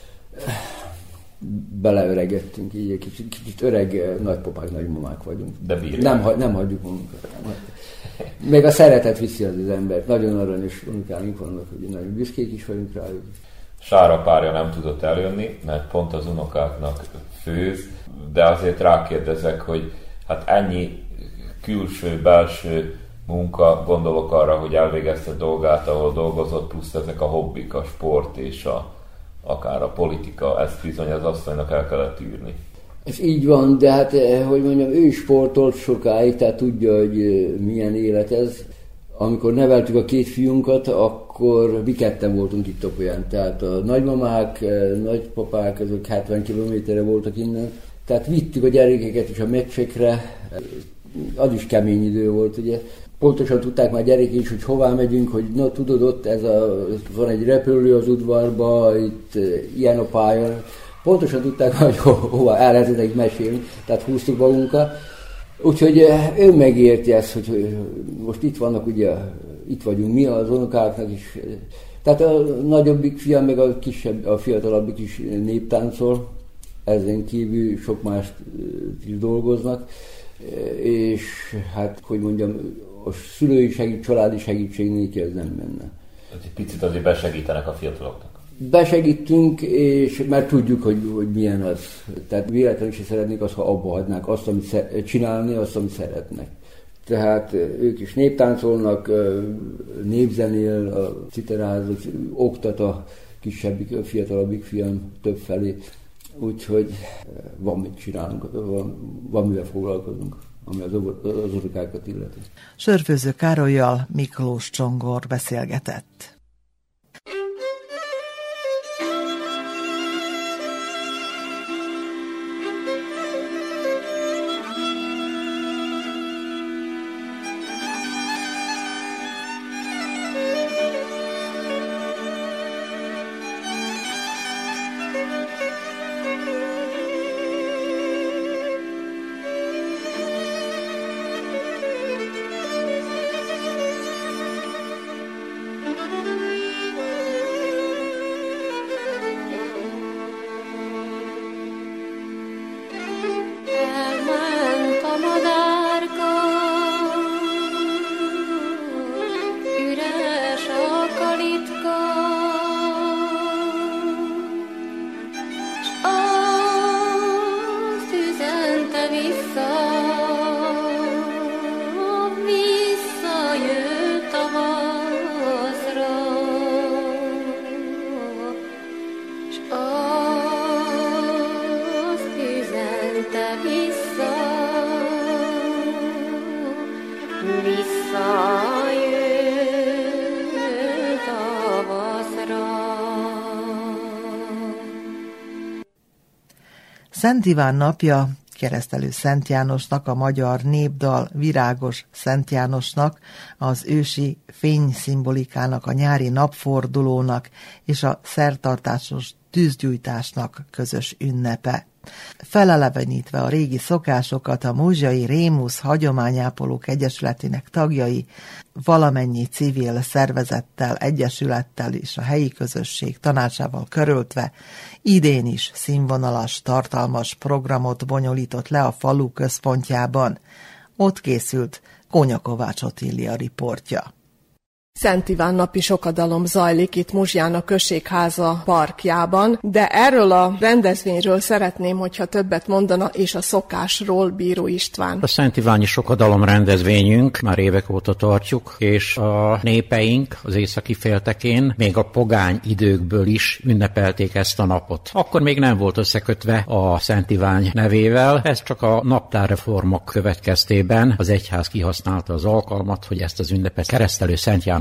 S4: Beleöregettünk, így egy kicsit öreg nagypapák, nagymamák vagyunk.
S5: De bírják.
S4: Nem hagyjuk magunkat. Még a szeretet viszi az embert. Nagyon aranyos unokáink vannak, hogy nagyon büszkék is vagyunk rájuk.
S5: Sára párja nem tudott eljönni, mert pont az unokáknak főz, de azért rákérdezek, hogy hát ennyi külső-belső munka, gondolok arra, hogy elvégezte dolgát, ahol dolgozott, plusz ezek a hobbik, a sport és akár a politika, ezt bizony az asszonynak el kellett űrni.
S4: Ez így van, de hát, hogy mondjam, ő is sportolt sokáig, tehát tudja, hogy milyen élet ez. Amikor neveltük a két fiunkat, akkor mi ketten voltunk itt Topolyán. Tehát a nagymamák, nagypapák, azok 70 kilométerre voltak innen. Tehát vittük a gyerekeket is a meccsekre. Az is kemény idő volt, ugye. Pontosan tudták már gyerekek is, hogy hová megyünk, hogy na tudod, ott van egy repülő az udvarba, itt ilyen a pálya. Pontosan tudták, hogy hova el lehetett mesélni, tehát húztuk magunkat. Úgyhogy ő megérti ezt, hogy most itt vannak, ugye, itt vagyunk mi az unokáknak is. Tehát a nagyobbik fiam, meg a kisebb, a fiatalabbik is néptáncol, ezen kívül sok mást is dolgoznak, és hát, hogy mondjam, a szülői családi segítség nélkül ez nem menne.
S5: Egy picit azért besegítenek a fiataloknak.
S4: Besegítünk, és már tudjuk, hogy milyen az. Tehát véletlenül is szeretnék azt, ha abba hagynák azt, amit csinálni, azt, amit szeretnek. Tehát ők is néptáncolnak, népzenél, a citerázok, oktat a kisebbik, a fiatalabbik fiam többfelé. Úgyhogy van mit csinálunk, van mivel foglalkozunk, ami az unokákat illeti.
S2: Sörfőző Károllyal Miklós Csongor beszélgetett. Szent Iván napja, keresztelő Szent Jánosnak, a magyar népdal Virágos Szent Jánosnak, az ősi fényszimbolikának, a nyári napfordulónak és a szertartásos tűzgyújtásnak közös ünnepe. Felelevenítve a régi szokásokat, a Múzsai Rémusz Hagyományápolók Egyesületének tagjai valamennyi civil szervezettel, egyesülettel és a helyi közösség tanácsával köröltve idén is színvonalas, tartalmas programot bonyolított le a falu központjában. Ott készült Kónya Kovács Otília riportja.
S8: Szent Iván napi sokadalom zajlik itt Muzsján a községháza parkjában, de erről a rendezvényről szeretném, hogyha többet mondana, és a szokásról Bíró István.
S9: A Szent Iványi sokadalom rendezvényünk már évek óta tartjuk, és a népeink az északi féltekén még a pogány időkből is ünnepelték ezt a napot. Akkor még nem volt összekötve a Szent Iván nevével, ez csak a naptárreformok következtében az egyház kihasználta az alkalmat, hogy ezt az ünnepet keresztelő Szent János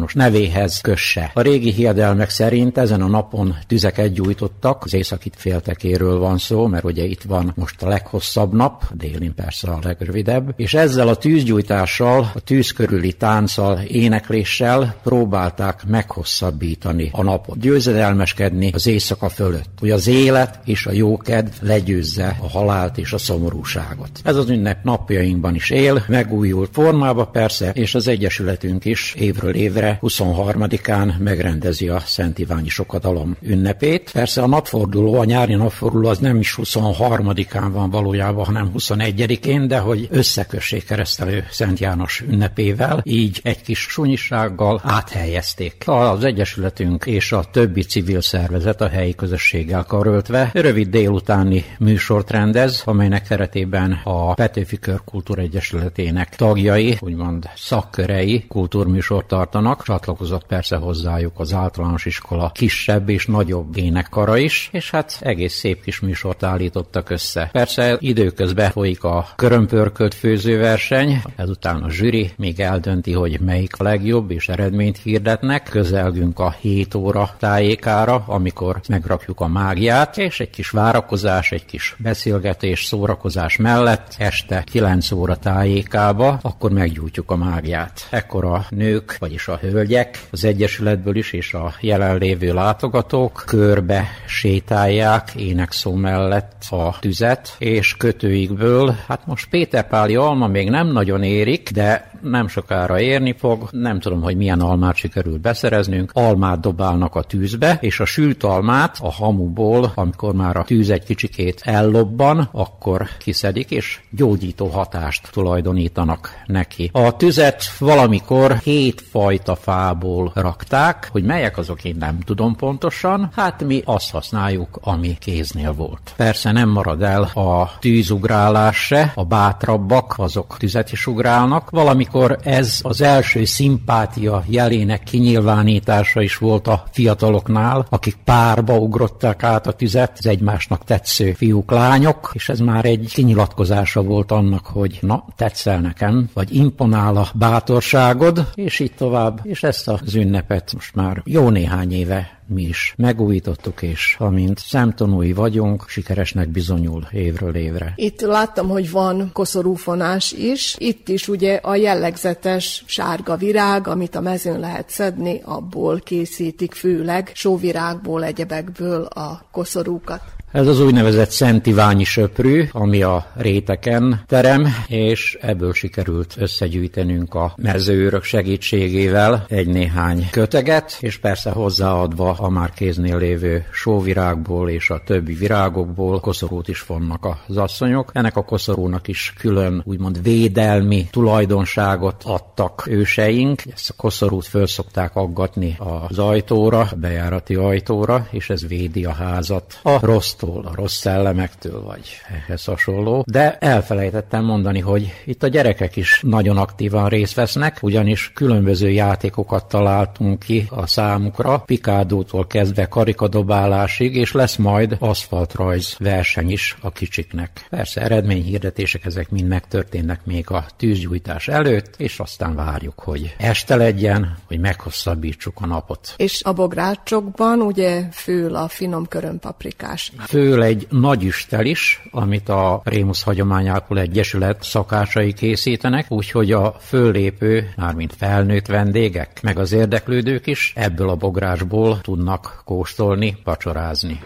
S9: János nevéhez kösse. A régi hiedelmek szerint ezen a napon tüzeket gyújtottak, az északi féltekéről van szó, mert ugye itt van most a leghosszabb nap, délin persze a legrövidebb, és ezzel a tűzgyújtással, a tűz körüli tánccal, énekléssel próbálták meghosszabbítani a napot, győzedelmeskedni az éjszaka fölött, hogy az élet és a jókedv legyőzze a halált és a szomorúságot. Ez az ünnep napjainkban is él, megújult formába persze, és az Egyesületünk is évről évre 23-án megrendezi a Szent Iványi Sokadalom ünnepét. Persze a napforduló, a nyári napforduló az nem is 23-án van valójában, hanem 21-én, de hogy összekössék Keresztelő Szent János ünnepével, így egy kis sunyisággal áthelyezték. Az Egyesületünk és a többi civil szervezet a helyi közösséggel karöltve rövid délutáni műsort rendez, amelynek keretében a Petőfi Kör Kultúregyesületének tagjai, úgymond szakkörei kultúrműsort tartanak, csatlakozott persze hozzájuk az általános iskola kisebb és nagyobb énekkara is, és hát egész szép kis műsort állítottak össze. Persze időközben folyik a körömpörkölt főzőverseny, ezután a zsűri még eldönti, hogy melyik a legjobb, és eredményt hirdetnek. Közelgünk a 7 óra tájékára, amikor megrakjuk a mágiát, és egy kis várakozás, egy kis beszélgetés, szórakozás mellett este 9 óra tájékába, akkor meggyújtjuk a mágiát. Ekkor a nők, vagyis a hölgyek az Egyesületből is, és a jelenlévő látogatók körbe sétálják énekszó mellett a tüzet, és kötőikből, hát most péterpáli alma még nem nagyon érik, de nem sokára érni fog, nem tudom, hogy milyen almát sikerül beszereznünk, almát dobálnak a tűzbe, és a sült almát a hamuból, amikor már a tűz egy kicsikét ellobban, akkor kiszedik, és gyógyító hatást tulajdonítanak neki. A tüzet valamikor 7 fajta fából rakták, hogy melyek azok én nem tudom pontosan, hát mi azt használjuk, ami kéznél volt. Persze nem marad el a tűzugrálás se, a bátrabbak, azok tüzet is ugrálnak, valamikor ez az első szimpátia jelének kinyilvánítása is volt a fiataloknál, akik párba ugrották át a tüzet, az egymásnak tetsző fiúk, lányok, és ez már egy kinyilatkozása volt annak, hogy na, tetszel nekem, vagy imponál a bátorságod, és így tovább. És ezt az ünnepet most már jó néhány éve mi is megújítottuk, és amint szemtanúi vagyunk, sikeresnek bizonyul évről évre.
S8: Itt láttam, hogy van koszorúfonás is. Itt is ugye a jellegzetes sárga virág, amit a mezőn lehet szedni, abból készítik főleg sóvirágból, egyebekből a koszorúkat.
S9: Ez az úgynevezett Szent Iványi söprű, ami a réteken terem, és ebből sikerült összegyűjtenünk a mezőőrök segítségével egy-néhány köteget, és persze hozzáadva a már kéznél lévő sóvirágból és a többi virágokból koszorút is vonnak az asszonyok. Ennek a koszorúnak is külön úgymond védelmi tulajdonságot adtak őseink. Ezt a koszorút föl szokták aggatni az ajtóra, a bejárati ajtóra, és ez védi a házat a rossz szellemektől, vagy ehhez hasonló. De elfelejtettem mondani, hogy itt a gyerekek is nagyon aktívan részt vesznek, ugyanis különböző játékokat találtunk ki a számukra, pikádótól kezdve karikadobálásig, és lesz majd aszfaltrajz verseny is a kicsiknek. Persze eredményhirdetések, ezek mind megtörténnek még a tűzgyújtás előtt, és aztán várjuk, hogy este legyen, hogy meghosszabbítsuk a napot.
S8: És a bográcsokban ugye fől a finom körömpaprikás.
S9: Föl egy nagy üstel is, amit a Rémusz Hagyományápoló Egyesület szakácsai készítenek, úgyhogy a föllépő, mármint felnőtt vendégek, meg az érdeklődők is ebből a bográcsból tudnak kóstolni, vacsorázni.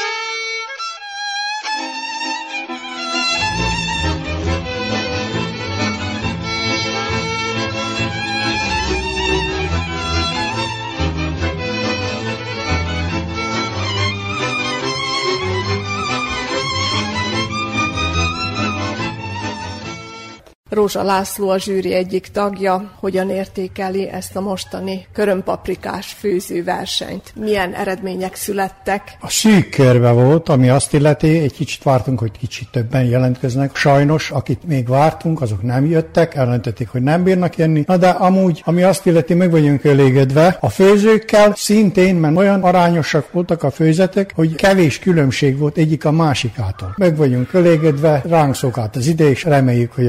S8: Rózsa László a zsűri egyik tagja, hogyan értékeli ezt a mostani körömpaprikás főzőversenyt? Milyen eredmények születtek?
S10: A szűk körbe volt, ami azt illeti, egy kicsit vártunk, hogy kicsit többen jelentkeznek. Sajnos, akit még vártunk, azok nem jöttek, eljelentették, hogy nem bírnak jönni. Na de amúgy, ami azt illeti, meg vagyunk elégedve. A főzőkkel szintén, mert olyan arányosak voltak a főzetek, hogy kevés különbség volt egyik a másikától. Meg vagyunk elégedve, ránk szokált az ide, és reméljük, hogy a következő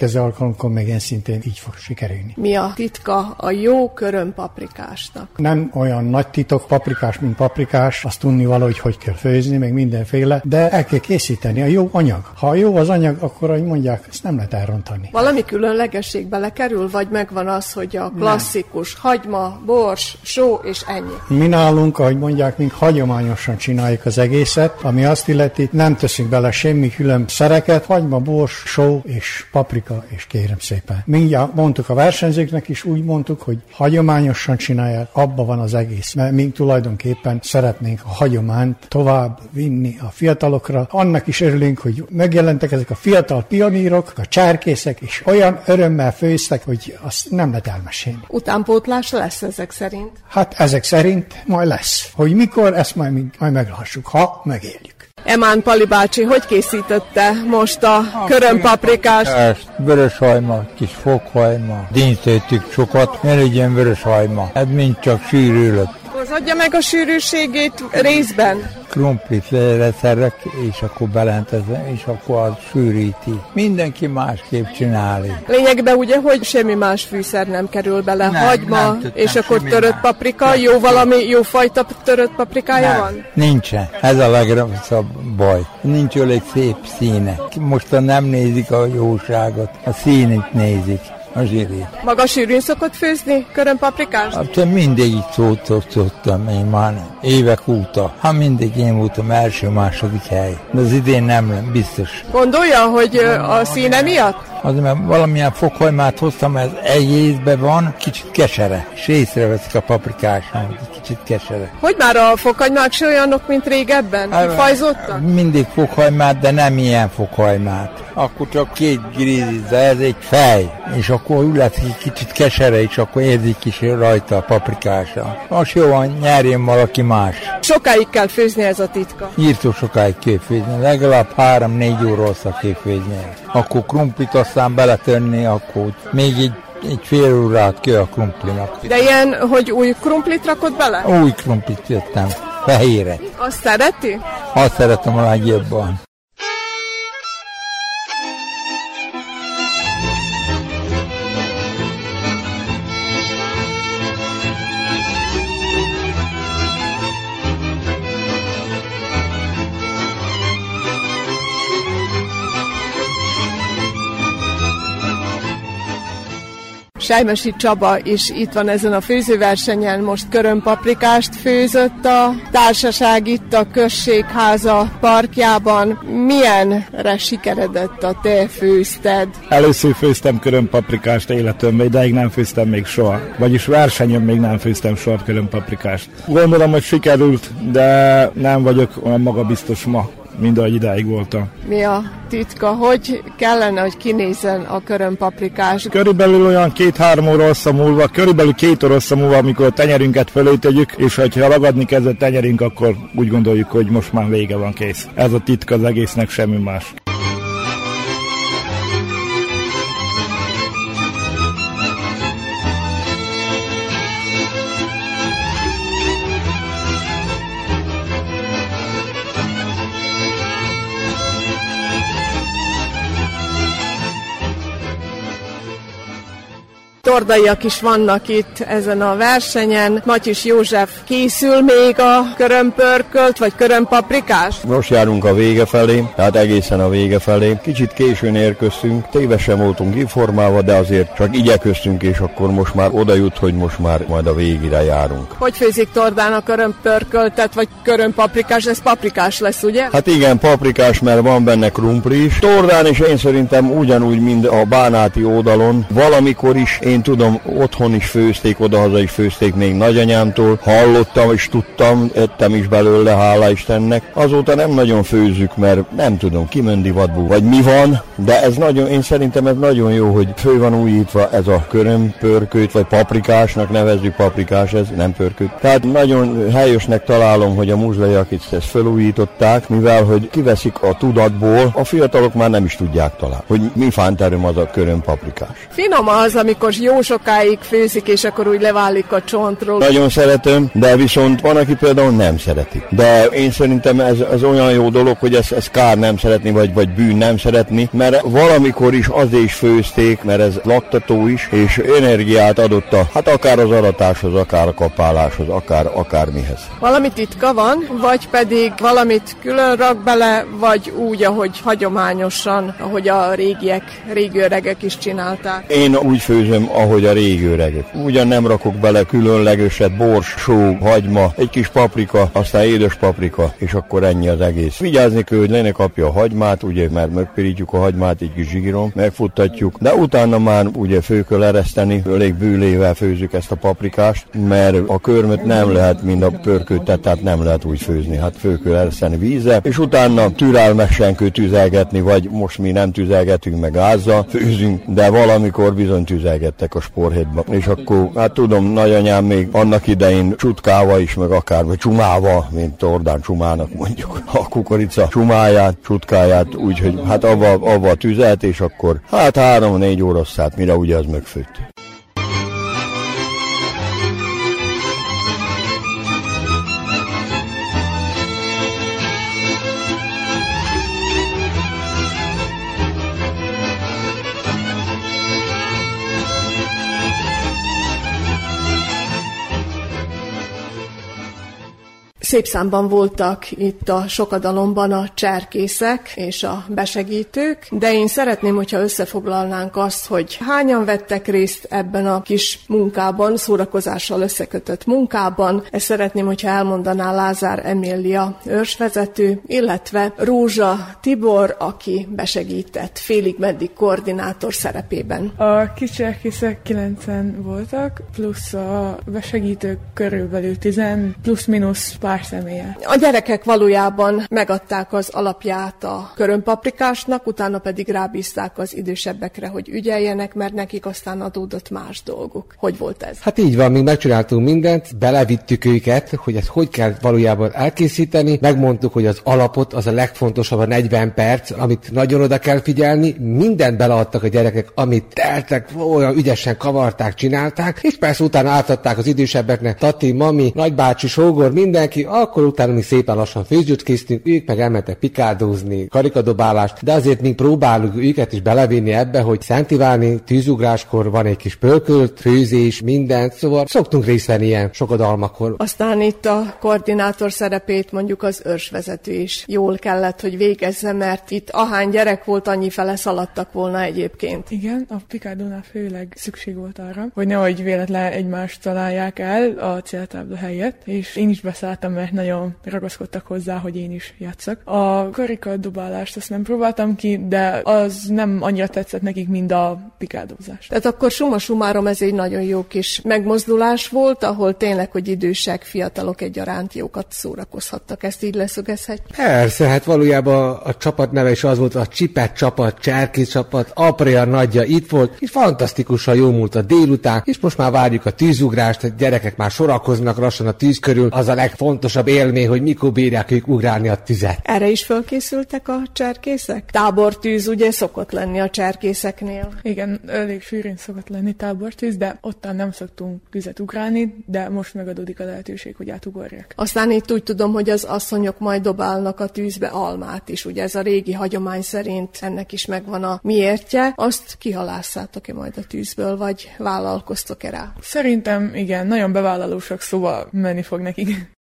S10: következő alkalomkor meg szintén így fog sikerülni.
S8: Mi a titka a jó körömpaprikásnak?
S10: Nem olyan nagy titok paprikás, mint paprikás, azt tudni valahogy, hogy kell főzni, meg mindenféle, de el kell készíteni a jó anyag. Ha jó az anyag, akkor, ahogy mondják, ezt nem lehet elrontani.
S8: Valami különlegesség belekerül, vagy megvan az, hogy a klasszikus hagyma, bors, só és ennyi?
S10: Mi nálunk, ahogy mondják, mink hagyományosan csináljuk az egészet, ami azt illeti, nem teszünk bele semmi külön szereket, hagyma, bors, só és paprika, és kérem szépen. Mindjárt mondtuk a versenyzőknek is, úgy mondtuk, hogy hagyományosan csinálják, abba van az egész. Mert mi tulajdonképpen szeretnénk a hagyományt tovább vinni a fiatalokra. Annak is örülünk, hogy megjelentek ezek a fiatal pionírok, a csárkészek, és olyan örömmel főztek, hogy azt nem lehet elmesélni.
S8: Utánpótlás lesz ezek szerint?
S10: Hát ezek szerint majd lesz. Hogy mikor, ezt majd meglássuk, ha megéljük.
S8: Emán Pali bácsi, hogy készítette most a körömpaprikást?
S11: Vöröshajma, kis fokhajma, dinszöltük sokat, ne legyen vöröshajma. Ez mind csak sűrűlött.
S8: Az adja meg a sűrűségét részben?
S11: Krumplit leszerek, és akkor belentezem, és akkor az sűríti. Mindenki másképp csinálja.
S8: Lényegben ugye, hogy semmi más fűszer nem kerül bele. Hagyma, és akkor törött paprika. Jó valami, jó fajta törött paprikája van?
S11: Nincsen. Ez a legrosszabb baj. Nincs elég szép színe. Mostan nem nézik a jóságot, a színét nézik. A zsírét.
S8: Maga sűrűn szokott főzni körömpaprikást?
S11: Hát mindig így szoktam én már évek óta. Hát mindig én voltam első-második hely. De az idén nem biztos.
S8: Gondolja, hogy a színe miatt?
S11: Azért, mert valamilyen fokhajmát hoztam, ez egy észben van, kicsit kesere. És észreveszik a paprikáson, hogy kicsit kesere.
S8: Hogy már a fokhagymák se olyanok, mint régebben? Kifajzottak?
S11: Mindig fokhajmát, de nem ilyen fokhajmát. Akkor csak két gríz, de ez egy fej. És akkor úgy látszik, egy kicsit kesere, és akkor érzik is rajta a paprikása. Most jó van, nyerjen valaki más.
S8: Sokáig kell főzni, ez a titka?
S11: Írtó sokáig kell főzni, legalább 3-4 óra hosszá kell főzni. Akkor krumplit aztán beletörni, akkor még egy fél órát kell a krumplinak.
S8: De ilyen, hogy új krumplit rakod bele?
S11: Új krumplit jöttem, fehéret.
S8: Azt szereti?
S11: Azt szeretem a legjobban.
S8: Sájmesi Csaba is itt van ezen a főzőversenyen, most körömpaprikást főzött a társaság itt a községháza parkjában. Milyenre sikeredett a te főzted?
S12: Először főztem körömpaprikást életemben, ideig nem főztem még soha. Vagyis versenyen még nem főztem soha körömpaprikást. Gondolom, hogy sikerült, de nem vagyok olyan magabiztos ma, mint ahogy idáig voltam.
S8: Mi a titka? Hogy kellene, hogy kinézzen a körömpaprikás?
S12: Körülbelül olyan 2-3 óra hossza múlva, körülbelül 2 óra hossza múlva, amikor a tenyerünket fölé tegyük, és ha ragadni kezd a tenyerünk, akkor úgy gondoljuk, hogy most már vége van, kész. Ez a titka az egésznek, semmi más.
S8: Tordaiak is vannak itt ezen a versenyen. Matyis József, készül még a körömpörkölt vagy körömpaprikás?
S13: Most járunk a vége felé, tehát egészen a vége felé. Kicsit későn érkeztünk, tévesen voltunk informálva, de azért csak igyekeztünk, és akkor most már oda jut, hogy most már majd a végére járunk.
S8: Hogy főzik Tordán a körömpörköltet vagy körömpaprikás? Ez paprikás lesz, ugye?
S13: Hát igen, paprikás, mert van benne krumpli is. Tordán is én szerintem ugyanúgy, mint a bánáti oldalon. Valamikor is én tudom, otthon is főzték, odahaza is főzték még nagyanyámtól. Hallottam és tudtam, ettem is belőle, hála Istennek. Azóta nem nagyon főzzük, mert nem tudom, kimöndivadból, vagy mi van, de ez nagyon, én szerintem ez nagyon jó, hogy fő van újítva ez a körömpörkölt, vagy paprikásnak nevezzük, paprikás ez, nem pörkölt. Tehát nagyon helyesnek találom, hogy a muzsaiak itt ezt felújították, mivel hogy kiveszik a tudatból, a fiatalok már nem is tudják talán, hogy mi fánterem az a körömpaprikás.
S8: Finom az, amikor jó sokáig főzik, és akkor úgy leválik a csontról.
S13: Nagyon szeretem, de viszont van, aki például nem szereti. De én szerintem ez olyan jó dolog, hogy ez kár nem szeretni, vagy bűn nem szeretni, mert valamikor is azért is főzték, mert ez laktató is, és energiát adott hát akár az aratáshoz, akár a kapáláshoz, akármihez.
S8: Valami titka van, vagy pedig valamit külön rak bele, vagy úgy, ahogy hagyományosan, ahogy a régi öregek is csinálták?
S13: Én úgy főzöm, ahogy a régi öregek. Ugyan nem rakok bele különlegeset, bors, só, hagyma, egy kis paprika, aztán édes paprika, és akkor ennyi az egész. Vigyázni kell, hogy le ne kapja a hagymát, ugye, mert megpirítjuk a hagymát egy kis zsíron, megfuttatjuk, de utána már ugye fő kell ereszteni, elég bőlével főzzük ezt a paprikást, mert a körmöt nem lehet, mint a pörköltet, tehát nem lehet úgy főzni, hát fő kell ereszteni vízzel, és utána türelmesen kell tüzelgetni, vagy most mi nem tüzelgetünk meg gázzal, főzünk, de valamikor bizony tüzelgettek a sporhétba. És akkor, hát tudom, nagyanyám még annak idején csutkával is, meg akár, vagy csumával, mint Tordán csumának mondjuk, a kukorica csumáját, csutkáját, úgyhogy hát avval tüzelt, és akkor hát 3-4 óra szállt, mire ugye az megfőtt.
S8: Szép számban voltak itt a Sokadalomban a cserkészek és a besegítők, de én szeretném, hogyha összefoglalnánk azt, hogy hányan vettek részt ebben a kis munkában, szórakozással összekötött munkában. Ezt szeretném, hogyha elmondaná Lázár Emília őrsvezető, illetve Rózsa Tibor, aki besegített félig-meddig koordinátor szerepében.
S14: A kis cserkészek 9-en voltak, plusz a besegítők körülbelül 10, plusz-minusz pár személye.
S8: A gyerekek valójában megadták az alapját a körömpaprikásnak, utána pedig rábízták az idősebbekre, hogy ügyeljenek, mert nekik aztán adódott más dolguk. Hogy volt ez?
S15: Hát így van, mi megcsináltunk mindent, belevittük őket, hogy ezt hogy kell valójában elkészíteni, megmondtuk, hogy az alapot, az a legfontosabb a 40 perc, amit nagyon oda kell figyelni, mindent beleadtak a gyerekek, amit teltek, olyan ügyesen kavarták, csinálták, és persze utána átadták az idősebbeknek, tati, mami, nagybácsi, sógor, mindenki, akkor utána mi szépen lassan főzőt készítünk, ők meg elmentek pikádózni, karikadobálást, de azért még próbáljuk őket is belevinni ebbe, hogy Szent Iváni tűzugráskor van egy kis pölkölt, főzés, mindent, szóval szoktunk részt venni ilyen sokadalmakor.
S8: Aztán itt a koordinátor szerepét mondjuk az őrsvezető is jól kellett, hogy végezze, mert itt ahány gyerek volt, annyi fele szaladtak volna egyébként.
S14: Igen, a pikádónál főleg szükség volt arra, hogy nehogy véletlen egymást találják el a céltábla helyett, és én is beszálltam, mert nagyon ragaszkodtak hozzá, hogy én is játszak. A karikadobálást azt nem próbáltam ki, de az nem annyira tetszett nekik, mint a pikádózás.
S8: Tehát akkor summa summarum ez egy nagyon jó kis megmozdulás volt, ahol tényleg, hogy idősek, fiatalok egyaránt jókat szórakozhattak. Ezt így leszögezhetjük?
S15: Persze, hát valójában a csapat neve is az volt, a Csipet csapat, Cserkész csapat, apria nagyja itt volt, és fantasztikusan jó múlt a délután, és most már várjuk a tűzugrást, a gyerekek már sorakoznak lassan a tűz körül, az a legfontosabb élmény, hogy mikor bírják ők ugrálni a tüzet.
S8: Erre is fölkészültek a cserkészek? Tábortűz ugye szokott lenni a cserkészeknél.
S14: Igen, elég sűrűn szokott lenni tábortűz, de ottan nem szoktunk tüzet ugrálni, de most megadódik a lehetőség, hogy átugorják.
S8: Aztán itt úgy tudom, hogy az asszonyok majd dobálnak a tűzbe almát is, ugye ez a régi hagyomány szerint ennek is megvan a miértje. Azt kihalásszátok-e majd a tűzből, vagy vállalkoztok-e rá?
S14: Szerintem igen, nagyon bevállalósak, szóval menni fog nekik.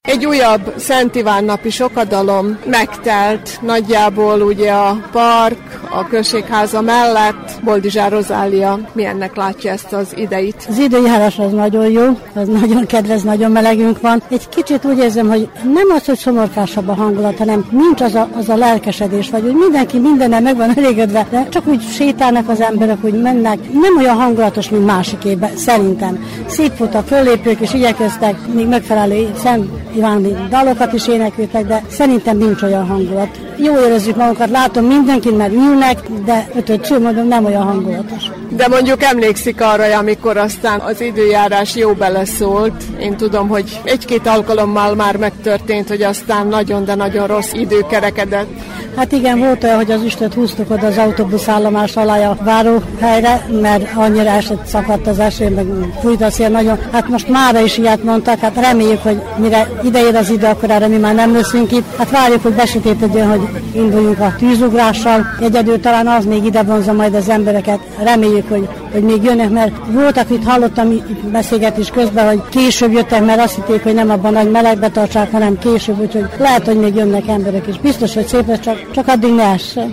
S8: Egy újabb Szent Iván napi sokadalom megtelt nagyjából ugye a park, a községháza mellett. Boldizsár Rozália milyennek látja ezt az ideit?
S16: Az időjárás az nagyon jó, az nagyon kedvez, nagyon melegünk van. Egy kicsit úgy érzem, hogy nem az, hogy szomorkásabb a hangulat, hanem nincs az a lelkesedés, vagy hogy mindenki mindennel meg van elégedve, de csak úgy sétálnak az emberek, úgy mennek. Nem olyan hangulatos, mint másik évben, szerintem. Szép volt a föllépők, és igyekeztek még megfelelő Szent Iváni dalokat is énekeltek, de szerintem nincs olyan hangulat. Jó érezzük magunkat, látom mindenkin, mert ülnek, de mondom, nem olyan hangulatos.
S8: De mondjuk emlékszik arra, amikor aztán az időjárás jó beleszólt. Én tudom, hogy egy-két alkalommal már megtörtént, hogy aztán nagyon, de nagyon rossz idő kerekedett.
S16: Hát igen, volt olyan, hogy az üstöt húztuk oda az autóbuszállomás alá a váróhelyre, mert annyira esett, szakadt az eső, meg fújt a szél nagyon. Hát most mára is ilyet mondtak, hát reméljük, hogy mire ideér az idő, akkor erre mi már nem leszünk itt. Hát várjuk, hogy besötétedjön, hogy induljunk a tűzugrással. Egyedül talán az még ide vonza majd az embereket. Reméljük, hogy még jönnek, mert voltak, itt hallottam beszélgetés közben, hogy később jöttek, mert azt hitték, hogy nem abban nagy melegbe tartsák, hanem később, úgyhogy lehet, hogy még jönnek emberek is. Biztos, hogy szép lesz, csak addig ne essen.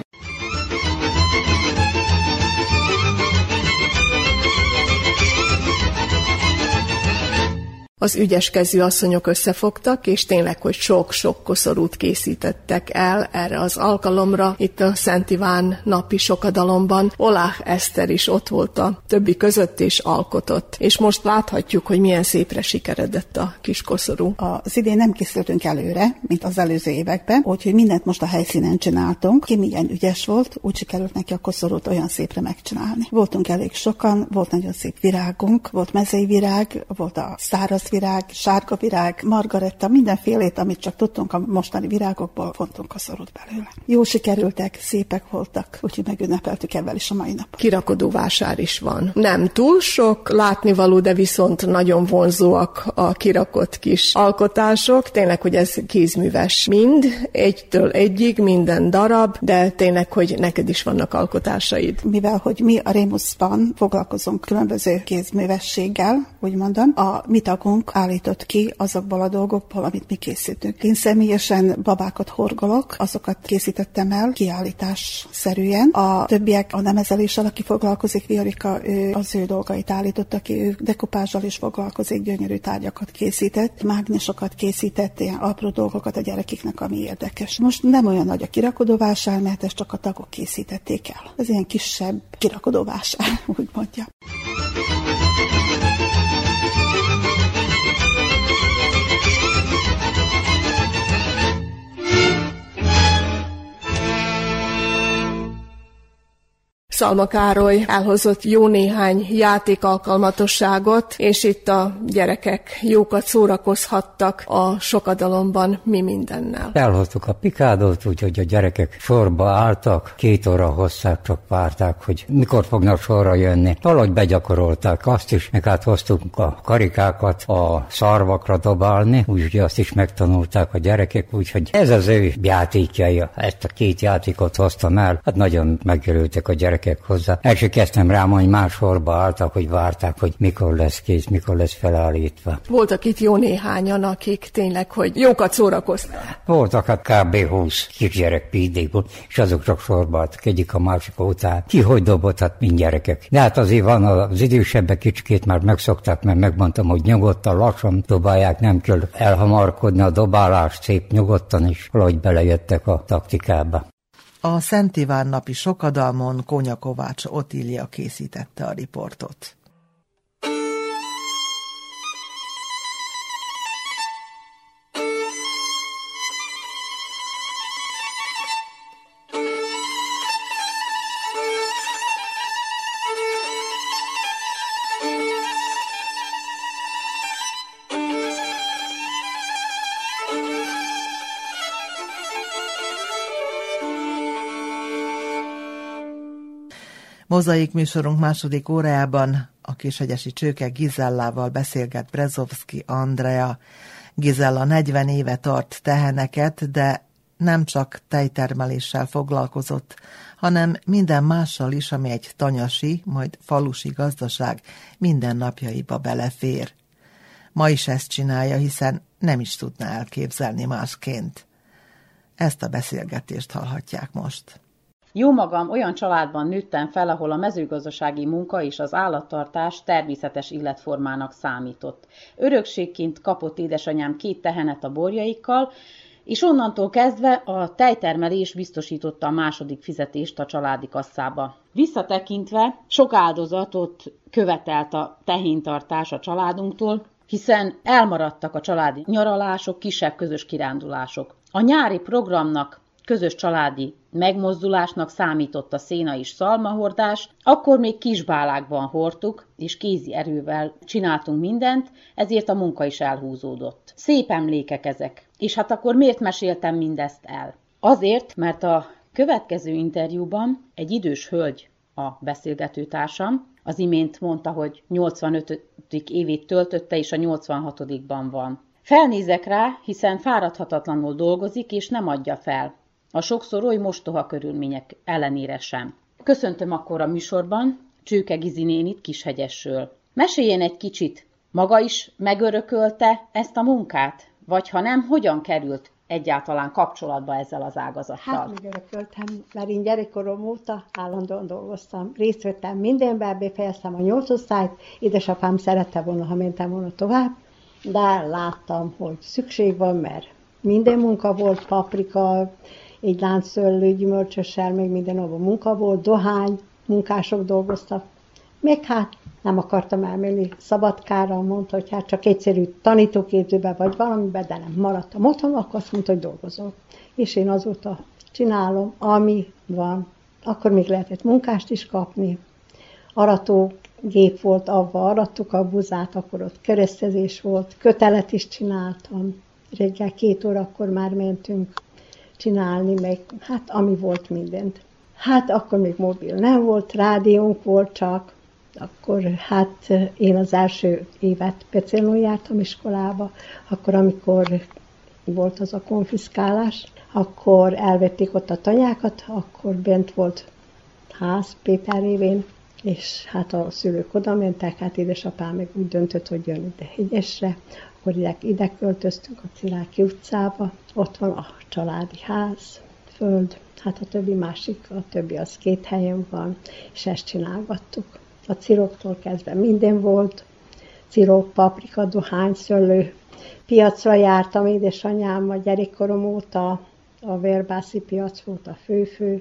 S8: Az ügyeskező asszonyok összefogtak, és tényleg, hogy sok-sok koszorút készítettek el erre az alkalomra. Itt a Szent Iván napi sokadalomban Oláh Eszter is ott volt a többi között, és alkotott. És most láthatjuk, hogy milyen szépre sikeredett a kis koszorú.
S17: Az idén nem készültünk előre, mint az előző években, úgyhogy mindent most a helyszínen csináltunk. Ki milyen ügyes volt, úgy sikerült neki a koszorút olyan szépre megcsinálni. Voltunk elég sokan, volt nagyon szép virágunk, volt mezei virág, volt a száraz virág, sárga virág, margaretta, mindenfélét, amit csak tudtunk a mostani virágokból, fontunk koszorút belőle. Jó sikerültek, szépek voltak, úgyhogy megünnepeltük ebben is a mai nap.
S8: Kirakodóvásár is van. Nem túl sok látnivaló, de viszont nagyon vonzóak a kirakott kis alkotások. Tényleg, hogy ez kézműves mind, egytől egyig, minden darab, de tényleg, hogy neked is vannak alkotásaid.
S17: Mivel, hogy mi a Rémuszban foglalkozunk különböző kézművességgel, úgy mondom, a mi tagunk állított ki azokból a dolgokból, amit mi készítünk. Én személyesen babákat horgolok, azokat készítettem el kiállításszerűen. A többiek a nemezeléssel, aki foglalkozik, Viorika, ő az ő dolgait állította ki, ő dekopázsal is foglalkozik, gyönyörű tárgyakat készített, mágnesokat készített, ilyen apró dolgokat a gyerekeknek, ami érdekes. Most nem olyan nagy a kirakodóvásár, mert ezt csak a tagok készítették el. Ez ilyen kisebb kirakodóvásár, úgy mondja.
S8: Szalma Károly elhozott jó néhány játékalkalmatosságot, és itt a gyerekek jókat szórakozhattak a sokadalomban mi mindennel.
S18: Elhoztuk a pikádot, úgyhogy a gyerekek sorba álltak, 2 óra hosszát csak várták, hogy mikor fognak sorra jönni. Valahogy begyakorolták azt is, meg hát hoztunk a karikákat a szarvakra dobálni, úgyhogy azt is megtanulták a gyerekek, úgyhogy ez az ő játékjai. Ezt a 2 játékot hoztam el, hát nagyon megörültek a gyerekek hozzá. El sem kezdtem rám, hogy más sorba álltak, hogy várták, hogy mikor lesz kész, mikor lesz felállítva.
S8: Voltak itt jó néhányan, akik tényleg, hogy jókat szórakoztak.
S18: Voltak hát kb. 20 kisgyerek pídékból, és azok csak sorba álltak egyik a másik után. Ki hogy dobott, hát mind gyerekek. De hát azért van az idősebbek kicsikét már megszokták, mert megmondtam, hogy nyugodtan, lassan dobálják, nem kell elhamarkodni a dobálást, szép nyugodtan is, valahogy belejöttek a taktikába.
S2: A Szent Iván napi sokadalmon Kónya Kovács Otília készítette a riportot. Mozaik műsorunk második órájában a Kishegyesi Csőke Gizellával beszélget Brezovszky Andrea. Gizella 40 éve tart teheneket, de nem csak tejtermeléssel foglalkozott, hanem minden mással is, ami egy tanyasi, majd falusi gazdaság mindennapjaiba belefér. Ma is ezt csinálja, hiszen nem is tudná elképzelni másként. Ezt a beszélgetést hallhatják most.
S19: Jómagam olyan családban nőttem fel, ahol a mezőgazdasági munka és az állattartás természetes életformának számított. Örökségként kapott édesanyám 2 tehenet a borjaikkal, és onnantól kezdve a tejtermelés biztosította a második fizetést a családi kasszába. Visszatekintve sok áldozatot követelt a tehéntartás a családunktól, hiszen elmaradtak a családi nyaralások, kisebb közös kirándulások. A nyári programnak, közös családi megmozdulásnak számított a széna és szalmahordás, akkor még kisbálákban hordtuk, és kézi erővel csináltunk mindent, ezért a munka is elhúzódott. Szép emlékek ezek. És hát akkor miért meséltem mindezt el? Azért, mert a következő interjúban egy idős hölgy a beszélgetőtársam, az imént mondta, hogy 85. évét töltötte, és a 86-ban van. Felnézek rá, hiszen fáradhatatlanul dolgozik, és nem adja fel. A sokszor oly mostoha körülmények ellenére sem. Köszöntöm akkor a műsorban Csőke Gizi nénit Kishegyesről. Meséljen egy kicsit, maga is megörökölte ezt a munkát? Vagy ha nem, hogyan került egyáltalán kapcsolatba ezzel az ágazattal?
S20: Hát megörököltem, mert én gyerekkorom óta állandóan dolgoztam. Részt vettem mindenben, befejeztem a 8 osztályt, édesapám szerette volna, ha mentem volna tovább, de láttam, hogy szükség van, mert minden munka volt, paprika, egy láncszőlő gyümölcsössel, még mindenhol munka volt, dohány, munkások dolgoztak. Még hát nem akartam elmenni Szabadkára, mondta, hogy hát csak egyszerű tanítóképzőben vagy valamiben, de nem maradtam otthon, akkor azt mondta, hogy dolgozom. És én azóta csinálom, ami van. Akkor még lehetett munkást is kapni. Aratógép volt, avval arattuk a buzát, akkor ott keresztezés volt, kötelet is csináltam. Reggel 2 órakor már mentünk csinálni, meg hát ami volt mindent. Hát akkor még mobil nem volt, rádiónk volt csak, akkor hát én az első évet Pecélnón jártam iskolába, akkor amikor volt az a konfiszkálás, akkor elvették ott a tanyákat, akkor bent volt ház Péter révén, és hát a szülők oda mentek, hát édesapám meg úgy döntött, hogy jön ide Hegyesre, akkor ide költöztünk a Ciláki utcába, ott van a családi ház, föld, hát a többi másik, a többi az 2 helyen van, és ezt csinálgattuk. A ciroktól kezdve minden volt, cirok, paprika, dohány, szőlő. Piacra jártam édesanyámmal gyerekkorom óta, a Verbászi piac volt a fő,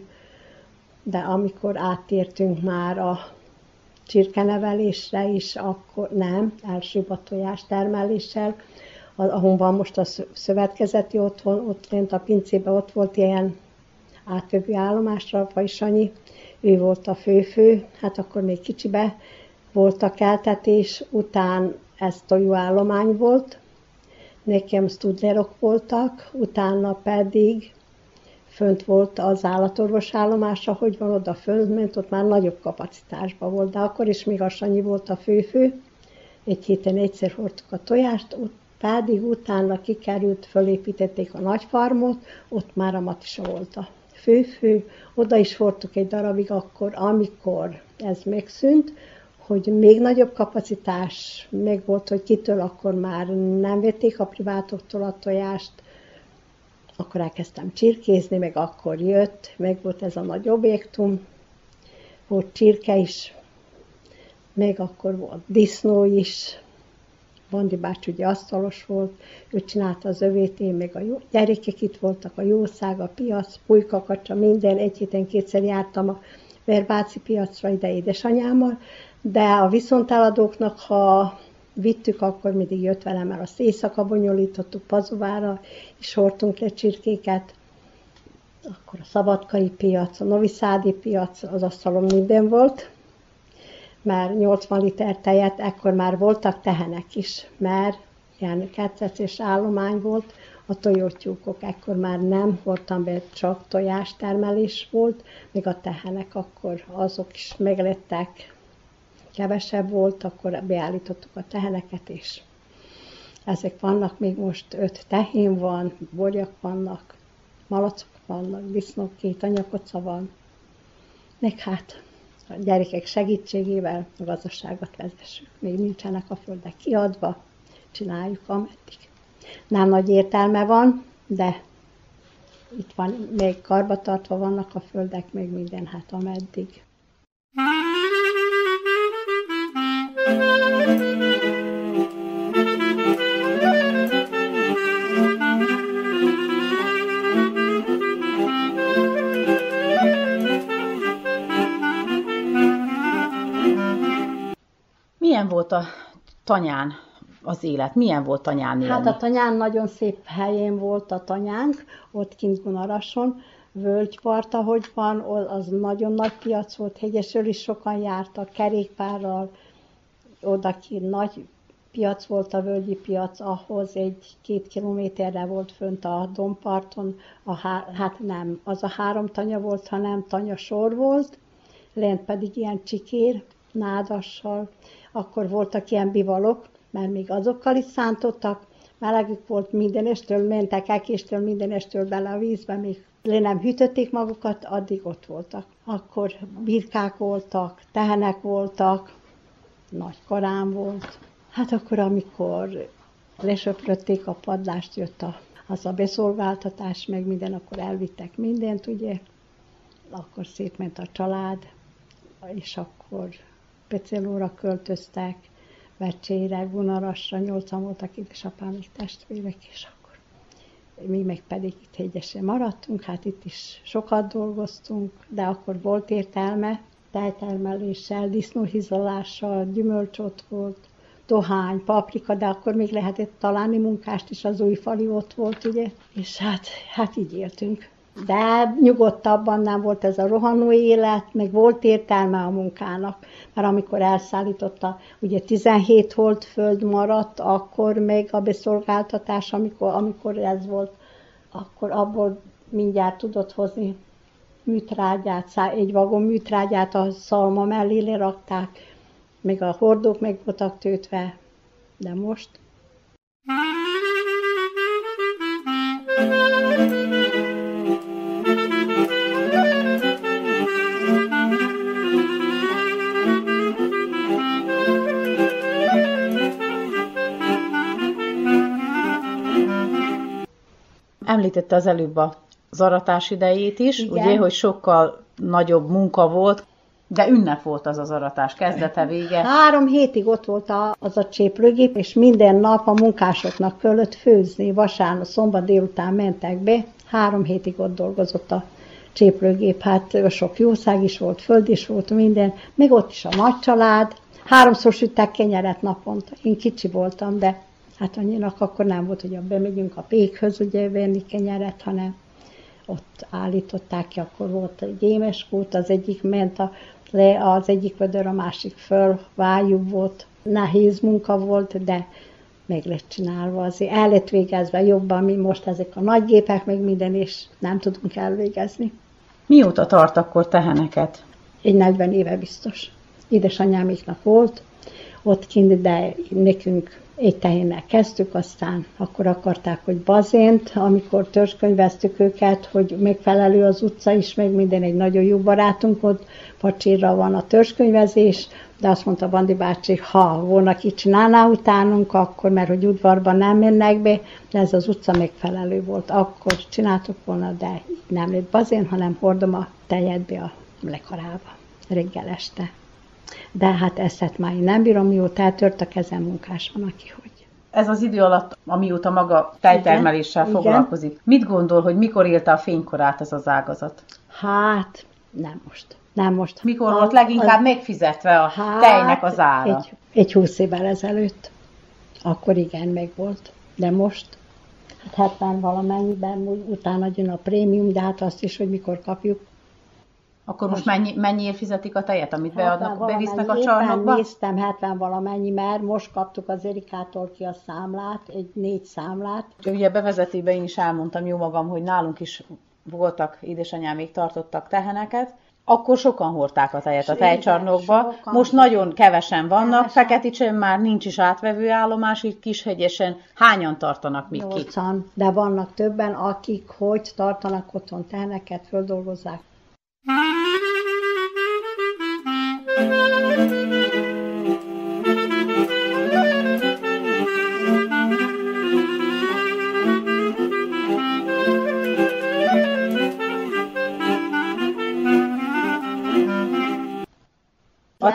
S20: de amikor áttértünk már a csirkenevelésre is, akkor nem, elsőbb a tojás termeléssel, ahol van most a szövetkezeti otthon, ott lent a pincében ott volt ilyen átvevő állomásra, Vajsanyi, ő volt a fő, hát akkor még kicsibe volt a keltetés, után ez tojóállomány volt, nekem studlerok voltak, utána pedig fönt volt az állatorvos állomás, ahogy van oda fönt ment, ott már nagyobb kapacitásban volt, de akkor is még a Sanyi volt a fő, egy héten egyszer hordtuk a tojást, pedig utána kikerült, fölépítették a nagy farmot, ott már a Matisa volt a fő, oda is hordtuk egy darabig akkor, amikor ez megszűnt, hogy még nagyobb kapacitás meg volt, hogy kitől akkor már nem vették a privátoktól a tojást, akkor elkezdtem csirkézni, meg akkor jött, meg volt ez a nagy objektum, volt csirke is, meg akkor volt disznó is, Bandi bácsi ugye asztalos volt, ő csinálta az övét, én meg a gyerekek itt voltak, a jószág, a piac, pulykakacsa, minden, egy héten 2-szer jártam a Verbáci piacra ide édesanyámmal, de a viszonteladóknak, ha vittük, akkor mindig jött velem, mert azt éjszaka bonyolítottuk Pazovára, és hordtunk le csirkéket, akkor a Szabadkai piac, a Noviszádi piac, az asztalon minden volt, mert 80 liter tejet, ekkor már voltak tehenek is, mert ilyen ketrecés állomány volt, a tojótyúkok, ekkor már nem hordtam be, csak tojástermelés volt, még a tehenek akkor azok is meglettek, kevesebb volt, akkor beállítottuk a teheneket is. Ezek vannak, még most 5 tehén van, borjak vannak, malacok vannak, disznók, 2 anyakoca van, meg hát a gyerekek segítségével a gazdaságot vezessük. Még nincsenek a földek kiadva, csináljuk, ameddig. Nem nagy értelme van, de itt van, még karbantartva vannak a földek, még minden, hát ameddig.
S19: Milyen volt a Tanyán az élet? Milyen volt Tanyán élni?
S20: Hát a Tanyán nagyon szép helyén volt a tanyánk, ott kint Gunarason, völgypart, ahogy van, az nagyon nagy piac volt, hegyesről is sokan jártak, kerékpárral, odakint nagy piac volt, a völgyi piac, ahhoz 1-2 kilométerre volt fönt a Domparton, hát nem, az a 3 tanya volt, hanem tanyasor volt, lent pedig ilyen csikér, nádassal, akkor voltak ilyen bivalok, mert még azokkal is szántottak, melegük volt mindenestől, mentek ekéstől, mindenestől bele a vízbe, még le nem hűtötték magukat, addig ott voltak. Akkor birkák voltak, tehenek voltak, nagy korán volt. Hát akkor, amikor lesöprötték a padlást, jött az a beszolgáltatás, meg minden, akkor elvittek mindent, ugye. Akkor szétment a család, és akkor Pecélóra költöztek, Vecsére, Gunarasra, 8-an voltak édesapám, még testvérek, és akkor mi meg pedig itt Hegyesen maradtunk, hát itt is sokat dolgoztunk, de akkor volt értelme, tejtermeléssel, disznóhizalással, gyümölcs ott volt, dohány, paprika, de akkor még lehetett találni munkást is, az Újfali ott volt, ugye, és hát így éltünk. De nyugodtabban nem volt ez a rohanó élet, meg volt értelme a munkának, mert amikor elszállította, ugye 17 hold föld maradt, akkor még a beszolgáltatás, amikor ez volt, akkor abból mindjárt tudott hozni műtrágyát, egy vagon műtrágyát a szalma mellé lerakták, még a hordók meg voltak töltve, de most...
S19: Említette az előbb az aratás idejét is, igen. Ugye, hogy sokkal nagyobb munka volt, de ünnep volt az aratás, kezdete, vége.
S20: 3 hétig ott volt az a cséplőgép, és minden nap a munkásoknak kellett főzni. Vasárnap, szombat délután mentek be, 3 hétig ott dolgozott a cséplőgép. Hát sok jószág is volt, föld is volt, minden. Még ott is a nagy család. 3-szor süttek kenyeret naponta. Én kicsi voltam, de hát annyinak akkor nem volt, hogy bemegyünk a pékhöz, ugye venni kenyeret, hanem ott állították ki, akkor volt egy émeskút, az egyik ment az egyik vödör, a másik föl, vájú volt, nehéz munka volt, de meg lett csinálva, azért el lett végezve jobban, mint most ezek a nagy gépek, meg minden, és nem tudunk elvégezni.
S19: Mióta tart akkor teheneket?
S20: Egy 40 éve biztos. Édesanyáméknak volt ott kint, de nekünk egy tehénnel kezdtük, aztán akkor akarták, hogy bazént, amikor törzskönyveztük őket, hogy megfelelő az utca is, meg minden, egy nagyon jó barátunk ott, Pacsirra van a törzskönyvezés, de azt mondta Bandi bácsi, ha volna ki csinálná utánunk, akkor, mert hogy udvarban nem mennek be, de ez az utca megfelelő volt, akkor csináltuk volna, de nem lett bazén, hanem hordom a tejet be a mlekarába reggel este. De hát ezt már én nem bírom, mióta eltört a kezem, munkás van, aki hogy.
S19: Ez az idő alatt, amióta maga tejtermeléssel foglalkozik. Igen. Mit gondol, hogy mikor élte a fénykorát ez az ágazat?
S20: Hát, nem most.
S19: Mikor volt leginkább megfizetve a tejnek az ára?
S20: Egy 20 évvel ezelőtt. Akkor igen, meg volt. De most, hát 70 valamennyiben, utána jön a prémium, de hát azt is, hogy mikor kapjuk.
S19: Akkor most mennyiért fizetik a tejet, amit bevisznek a csarnokba?
S20: Néztem 70 valamennyi, mert most kaptuk az Erikától ki a számlát, egy 4 számlát.
S19: Ugye bevezetőben én is elmondtam jó magam, hogy nálunk is voltak, édesanyámék tartottak teheneket, akkor sokan hordták a tejet a tejcsarnokba. Most nagyon kevesen vannak, Feketicsen már nincs is átvevő állomás, itt Kishegyesen hányan tartanak még ki?
S20: 8-an, de vannak többen, akik hogy tartanak otthon teheneket, földolgozzák.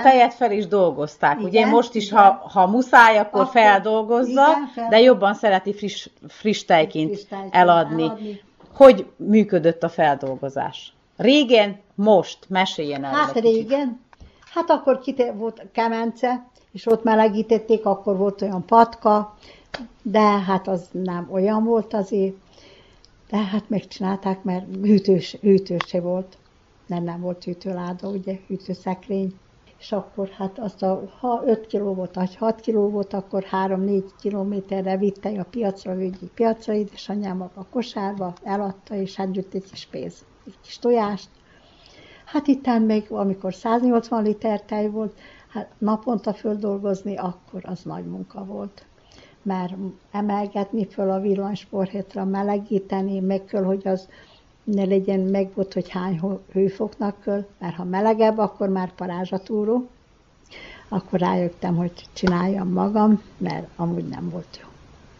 S19: a tejet fel is dolgozták. Igen, ugye most is, ha muszáj, akkor feldolgozza, igen, de jobban szereti friss tejként eladni. Hogy működött a feldolgozás? Régen, most? Meséljen el.
S20: Hát régen, hát akkor volt kemence, és ott melegítették, akkor volt olyan patka, de hát az nem olyan volt azért, de hát megcsinálták, mert hűtőse volt, nem volt hűtőláda, ugye, hűtőszekrény, és akkor hát ha 5 kiló volt, vagy 6 kiló volt, akkor 3-4 kilométerre vitte a piacra, Völgyi piacra, édesanyám a kosárba eladta, és hát jött egy kis pénz, egy kis tojást. Hát ittán még, amikor 180 liter tej volt, hát naponta földolgozni, akkor az nagy munka volt. Mert emelgetni föl a villanysporhétra, melegíteni, meg kell, hogy az ne legyen meg volt, hogy hány hőfoknak kell, mert ha melegebb, akkor már parázsatúró. Akkor rájöttem, hogy csináljam magam, mert amúgy nem volt jó.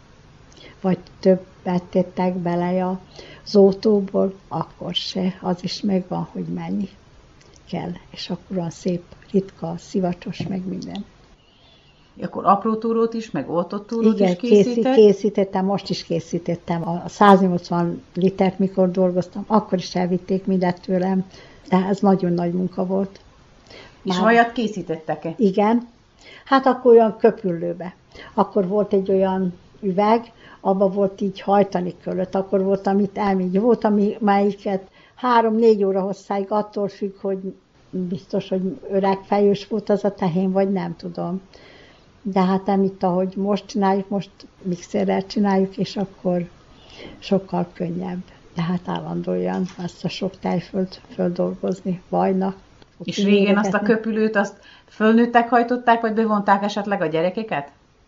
S20: Vagy többet tettek bele az ótóból, akkor se, az is megvan, hogy mennyi kell. És akkor olyan szép, ritka, szivacsos, meg minden.
S19: Akkor apró túrót is, meg oltott túrót is
S20: készítettem, most is készítettem. A 180 litert, mikor dolgoztam, akkor is elvitték mindent tőlem, de ez nagyon nagy munka volt.
S19: És vajat készítettek-e?
S20: Igen. Hát akkor olyan köpüllőbe. Akkor volt egy olyan üveg, abban volt így hajtani kellett, akkor volt, amit elmegy. Volt, melyiket 3-4 óra hosszáig, attól függ, hogy biztos, hogy öreg fejős volt az a tehén, vagy nem tudom. De hát nem itt, ahogy most csináljuk, most mixerrel csináljuk, és akkor sokkal könnyebb. De hát állandóan azt a sok tejfölt földolgozni, vajnak.
S19: És régen azt a köpülőt, azt fölnőttek hajtották, vagy bevonták esetleg a gyerekeket?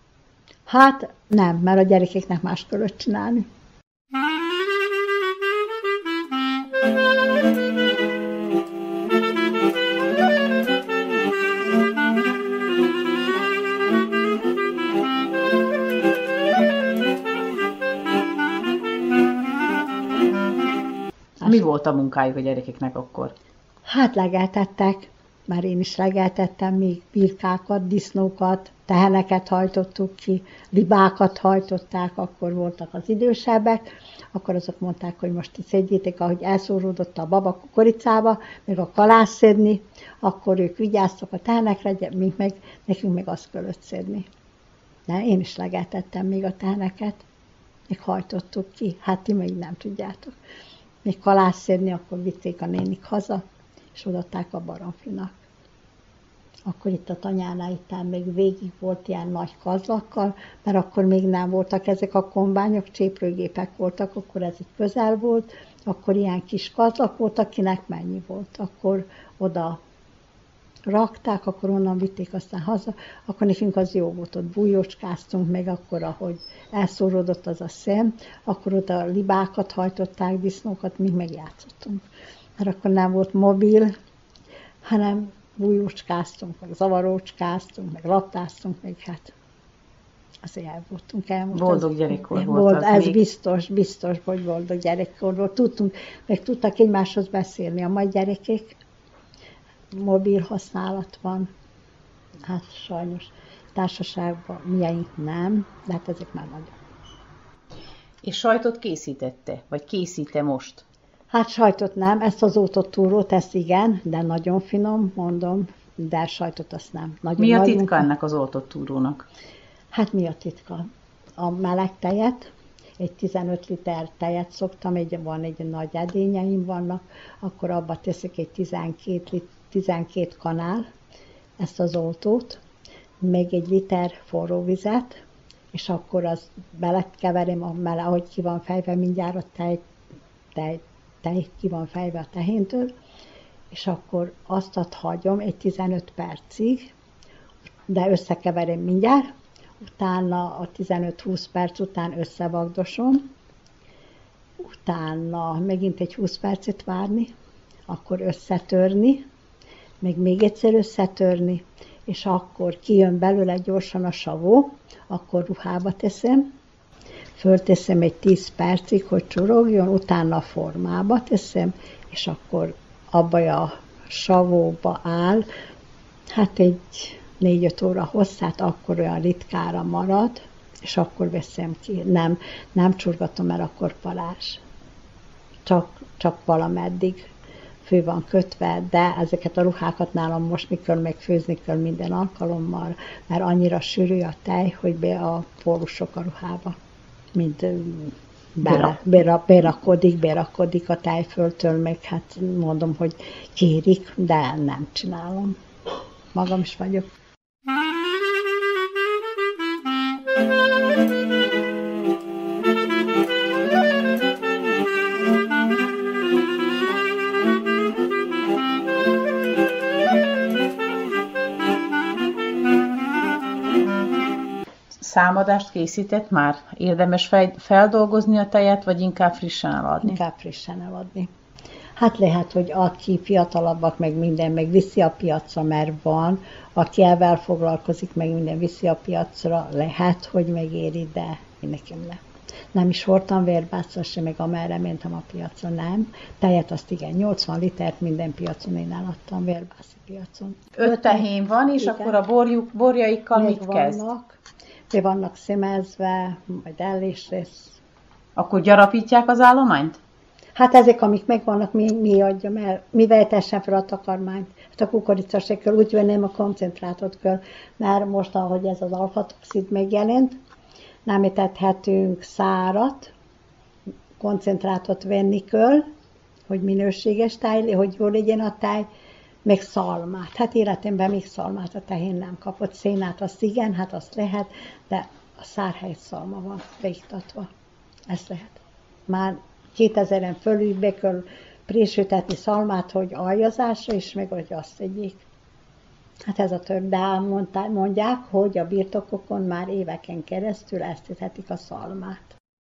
S20: Hát nem, mert a gyerekeknek más kellett csinálni.
S19: Mi volt a munkájuk a gyerekeknek akkor?
S20: Hát legeltettek, már én is legeltettem, még birkákat, disznókat, teheneket hajtottuk ki, libákat hajtották, akkor voltak az idősebbek, akkor azok mondták, hogy most szedjétek, ahogy elszóródott a baba kukoricába, meg a kalász szedni, akkor ők vigyáztak a tehenekre, nekünk meg azt kellett szedni. De én is legeltettem még a teheneket, még hajtottuk ki, hát ti még nem tudjátok. Még kalász szedni, akkor vitték a nénik haza, és odaadták a baromfinak. Akkor itt a tanyánál ittán még végig volt ilyen nagy kazlakkal, mert akkor még nem voltak ezek a kombányok, cséplőgépek voltak, akkor ez itt közel volt, akkor ilyen kis kazlak volt, akinek mennyi volt. Akkor oda rakták, akkor onnan vitték aztán haza, akkor nekünk az jó volt, ott bújócskáztunk, meg akkor, ahogy elszóródott az a szem, akkor ott a libákat hajtották, disznókat, mi megjátszottunk. Mert akkor nem volt mobil, hanem bújócskáztunk, meg zavarócskáztunk, meg lattáztunk, meg hát azért el voltunk.
S19: Boldog gyerekkor volt az
S20: ez
S19: még.
S20: biztos, hogy boldog gyerekkor volt. Tudtak egymáshoz beszélni a mai gyerekek. Mobil használat van, hát sajnos társaságban miénk nem, de hát ezek már nagyon.
S19: És sajtot készítette? Vagy készíte most?
S20: Hát sajtot nem, ezt az ótott túrót, ezt igen, de nagyon finom, mondom, de sajtot azt nem. Nagyon
S19: mi a titka ennek az oltott túrónak?
S20: Hát mi a titka? A meleg tejet, egy 15 liter tejet szoktam, van egy nagy edényeim vannak, akkor abba teszik egy 12 kanál, ezt az oltót, még egy liter forró vizet, és akkor azt belekeverem, ahogy ki van fejve mindjárt a tej ki van fejve a tehéntől, és akkor azt hagyom egy 15 percig, de összekeverem mindjárt, utána a 15-20 perc után összevagdosom, utána megint egy 20 percet várni, akkor összetörni, még egyszer összetörni, és akkor kijön belőle gyorsan a savó, akkor ruhába teszem, fölteszem egy 10 percig, hogy csorogjon, utána a formába teszem, és akkor abba a savóba áll Hát egy 4-5 óra hosszát, akkor olyan ritkára marad, és akkor veszem ki. Nem csurgatom, mert akkor parázs. Csak valameddig fő van kötve, de ezeket a ruhákat nálam mosni kell, meg főzni kell minden alkalommal, mert annyira sűrű a tej, hogy be a pólusok a ruhába, mint berakodik a tejföltől, meg hát mondom, hogy kérik, de nem csinálom. Magam is vagyok.
S19: Számadást készített már? Érdemes feldolgozni a tejet, vagy inkább frissen eladni?
S20: Inkább frissen eladni. Hát lehet, hogy aki fiatalabbak, meg minden, meg viszi a piacra, mert van, aki ezzel foglalkozik, meg minden viszi a piacra, lehet, hogy megéri, de nekem nem. Nem is hordtam vérbácra se, meg amerre mentem a piacra, nem. Tejet azt igen, 80 litert minden piacon én eladtam, vérbászi piacon.
S19: 5 tehén van, és igen. Akkor a borjaikkal még mit kezd?
S20: Mi vannak szimezve, majd ellésrész.
S19: Akkor gyarapítják az állományt?
S20: Hát ezek, amik megvannak, mi adjam el, mivel tessen fel a takarmányt. Hát a kukoricasekkel úgy venném a koncentrátot kell, mert most, ahogy ez az alfa-toxid megjelent, nem etethetünk szárat, koncentrátot venni kell, hogy minőséges táj, hogy jó legyen a táj, meg szalmát. Hát életemben még szalmát a tehén nem kapott. Szénát azt igen, hát azt lehet, de a szárhely szalma van beiktatva. Ezt lehet. Már 2000-en fölül be kell présültetni szalmát, hogy aljazásra is, meg hogy azt tegyék. Hát ez a de mondják, hogy a birtokokon már éveken keresztül ezt tehetik a szalmát.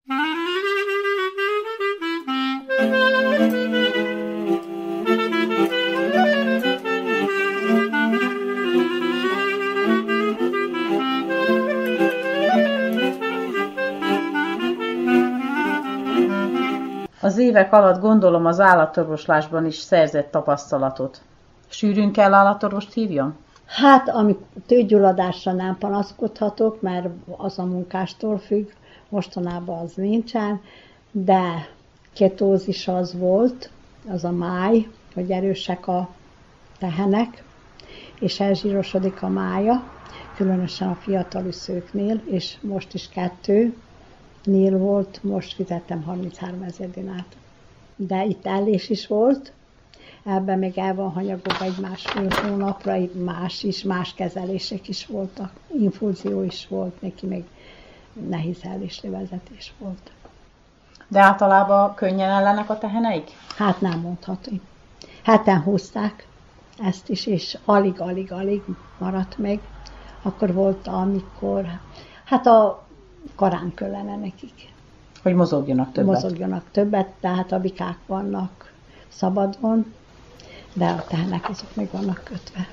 S19: Az évek alatt gondolom az állatorvoslásban is szerzett tapasztalatot. Sűrűn kell állatorvost hívjon?
S20: Hát, ami tőgyulladásra nem panaszkodhatok, mert az a munkástól függ, mostanában az nincsen, de ketózis az volt, az a máj, hogy erősek a tehenek, és elzsírosodik a mája, különösen a fiatal üszőknél, és most is 2 volt, most fizettem 33 000 dinárt. De itt ellés is volt, ebben még el van hanyagolva egy 1,5 hónapra, itt más kezelések is voltak, infúzió is volt, neki még nehéz elléslevezetés volt.
S19: De általában könnyen ellenek a teheneik?
S20: Hát nem mondható. Heten húzták ezt is, és alig maradt meg. Akkor volt, amikor, hát a karán kellene nekik.
S19: Hogy mozogjanak többet.
S20: Mozogjanak többet, tehát a bikák vannak szabadon, de a tehenek azok meg vannak kötve.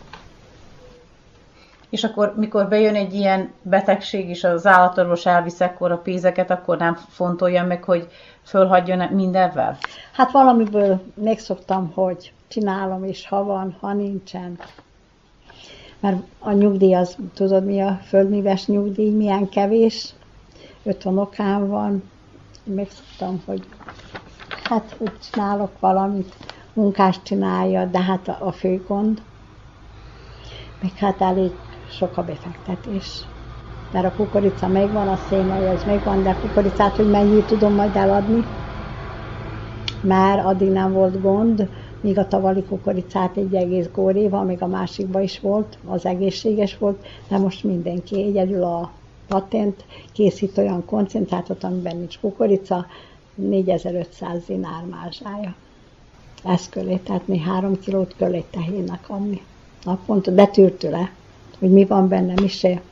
S19: És akkor, mikor bejön egy ilyen betegség, és az állatorvos elvisz ekkor a pénzeket, akkor nem fontolja meg, hogy fölhagyjon mindenvel?
S20: Hát valamiből megszoktam, hogy csinálom, és ha van, ha nincsen. Mert a nyugdíj az, tudod mi a földműves nyugdíj, milyen kevés. 5 unokám van, megszoktam, hogy hát úgy csinálok valamit, munkást csinálja, de hát a fő gond, meg hát elég sok a befektetés. Mert a kukorica megvan, a szénai az megvan, de a kukoricát, hogy mennyit tudom majd eladni, már addig nem volt gond, míg a tavalyi kukoricát egy egész góréval, még a másikban is volt, az egészséges volt, de most mindenki, egyedül a patent készít olyan koncentrátot, amiben nincs kukorica, 4500 dinár mázsája. Ez köré, tehát mi 3 kilót kell egy tehénnek adni naponta, de tűrtőle, hogy mi van benne, mi se.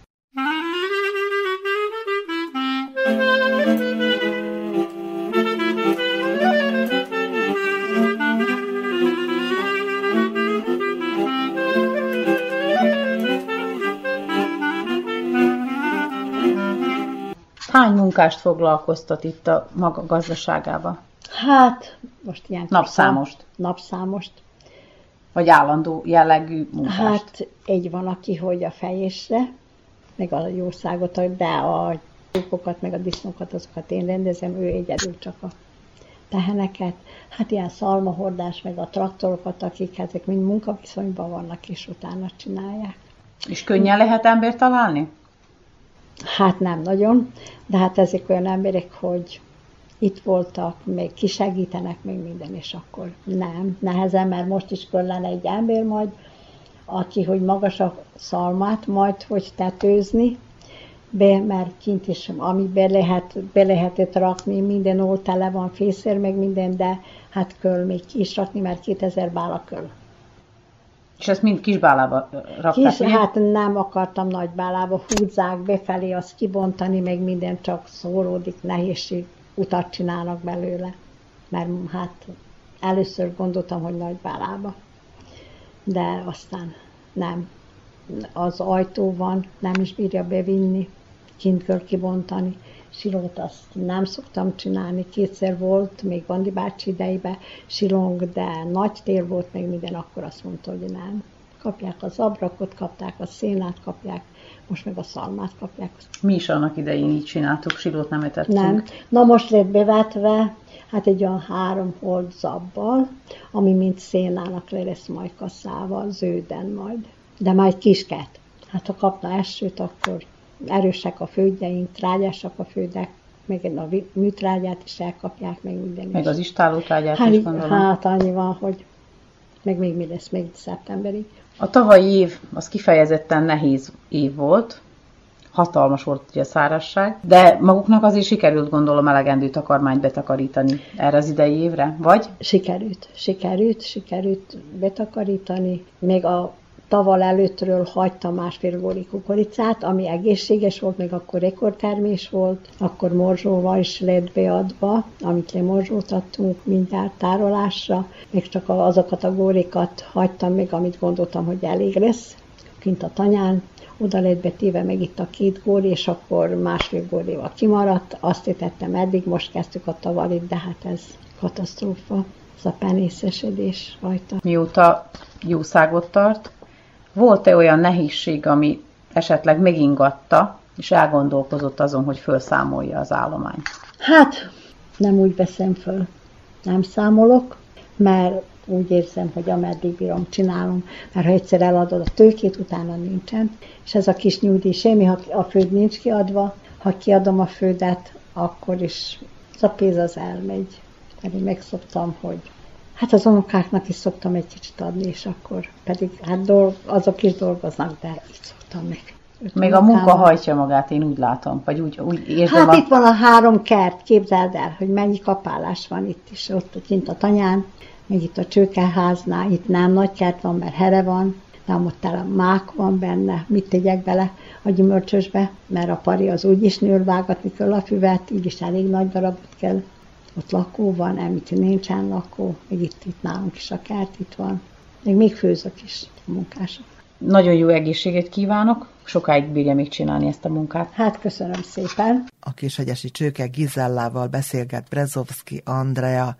S19: Hány munkást foglalkoztat itt a maga gazdaságában?
S20: Hát, most ilyen
S19: napszámost.
S20: Napszámost.
S19: vagy állandó jellegű munkást?
S20: Hát egy van, aki hogy a fejésre, meg a jószágot, de a tyúkokat, meg a disznókat, azokat én rendezem, ő egyedül csak a teheneket. Hát ilyen szalmahordás, meg a traktorokat, akik ezek mind munkaviszonyban vannak, és utána csinálják.
S19: És könnyen lehet embert találni?
S20: Hát nem nagyon, de hát ezek olyan emberek, hogy itt voltak, még kisegítenek, még minden, és akkor nem. Nehezen, mert most is kellene egy ember majd, aki, hogy magas a szalmát majd, hogy tetőzni, mert kint is, ami be lehetett rakni, minden ott tele van fészer, meg minden, de hát kell még ki is rakni, mert 2000 bála kell.
S19: És ezt mind kisbálába rakták,
S20: Kis, hát nem akartam nagy bálába, húzzák befelé, azt kibontani, meg minden csak szóródik, nehézség, utat csinálnak belőle. Mert hát először gondoltam, hogy nagy bálába. De aztán nem. Az ajtó van, nem is bírja bevinni, kint kell kibontani. Silót azt nem szoktam csinálni, kétszer volt, még Bandi bácsi idejében silong, de nagy tér volt, még minden, akkor azt mondta, hogy nem. Kapják az abrakot, kapták a szénát, kapják, most meg a szalmát kapják.
S19: Mi is annak idején így csináltuk, silót nem etettünk.
S20: Nem. Na most lett bevetve, hát egy olyan 3 hold zabbal, ami mint szénának le lesz majd kasszával, zölden majd. De majd kiskert. Hát ha kapna esőt, akkor erősek a földjeink, trágyásak a földek, meg a műtrágyát is elkapják, meg minden.
S19: Meg az istálótrágyát
S20: hát,
S19: is gondolom.
S20: Hát annyi van, hogy meg még mi lesz még szeptemberig.
S19: A tavalyi év az kifejezetten nehéz év volt, hatalmas volt ugye a szárazság, de maguknak azért sikerült, gondolom, elegendő takarmányt betakarítani erre az idei évre, vagy?
S20: Sikerült betakarítani, még a taval előttről hagytam 1,5 góri kukoricát, ami egészséges volt, még akkor rekordtermés volt, akkor morzsóval is lett beadva, amit lemorzsót adtunk mindjárt tárolásra, még csak azokat a górikat hagytam még, amit gondoltam, hogy elég lesz, kint a tanyán, oda lett betéve meg itt a 2 góri, és akkor 1,5 górival kimaradt, azt tettem eddig, most kezdtük a tavalit, de hát ez katasztrófa, ez a penészesedés rajta.
S19: Mióta jószágot tart, volt-e olyan nehézség, ami esetleg megingatta, és elgondolkozott azon, hogy felszámolja az állományt?
S20: Hát, nem úgy veszem föl, nem számolok, mert úgy érzem, hogy ameddig bírom, csinálom, mert ha egyszer eladod a tőkét, utána nincsen. És ez a kis nyugdíj semmi, ha a föld nincs kiadva, ha kiadom a földet, akkor is az a pénz az elmegy. Mert én megszoktam, hogy hát az unokáknak is szoktam egy kicsit adni, és akkor pedig hát azok is dolgoznak, de így szoktam meg.
S19: Még a munka hajtja magát, én úgy látom, vagy úgy érzem.
S20: Hát itt van a 3 kert, képzeld el, hogy mennyi kapálás van itt is, ott kint a tanyán, meg itt a csőkeháznál, itt nem nagy kert van, mert here van, de ott tele mák van benne, mit tegyek bele a gyümölcsösbe, mert a pari az úgyis nőrvágatni kell a füvet, így is elég nagy darabot kell. Ott lakó van, amit nincsen lakó, meg itt nálunk is a kert itt van. Még főzök is a munkások.
S19: Nagyon jó egészséget kívánok, sokáig bírja még csinálni ezt a munkát.
S20: Hát köszönöm szépen.
S2: A Kishegyesi Csőke Gizellával beszélget Brezovszky Andrea.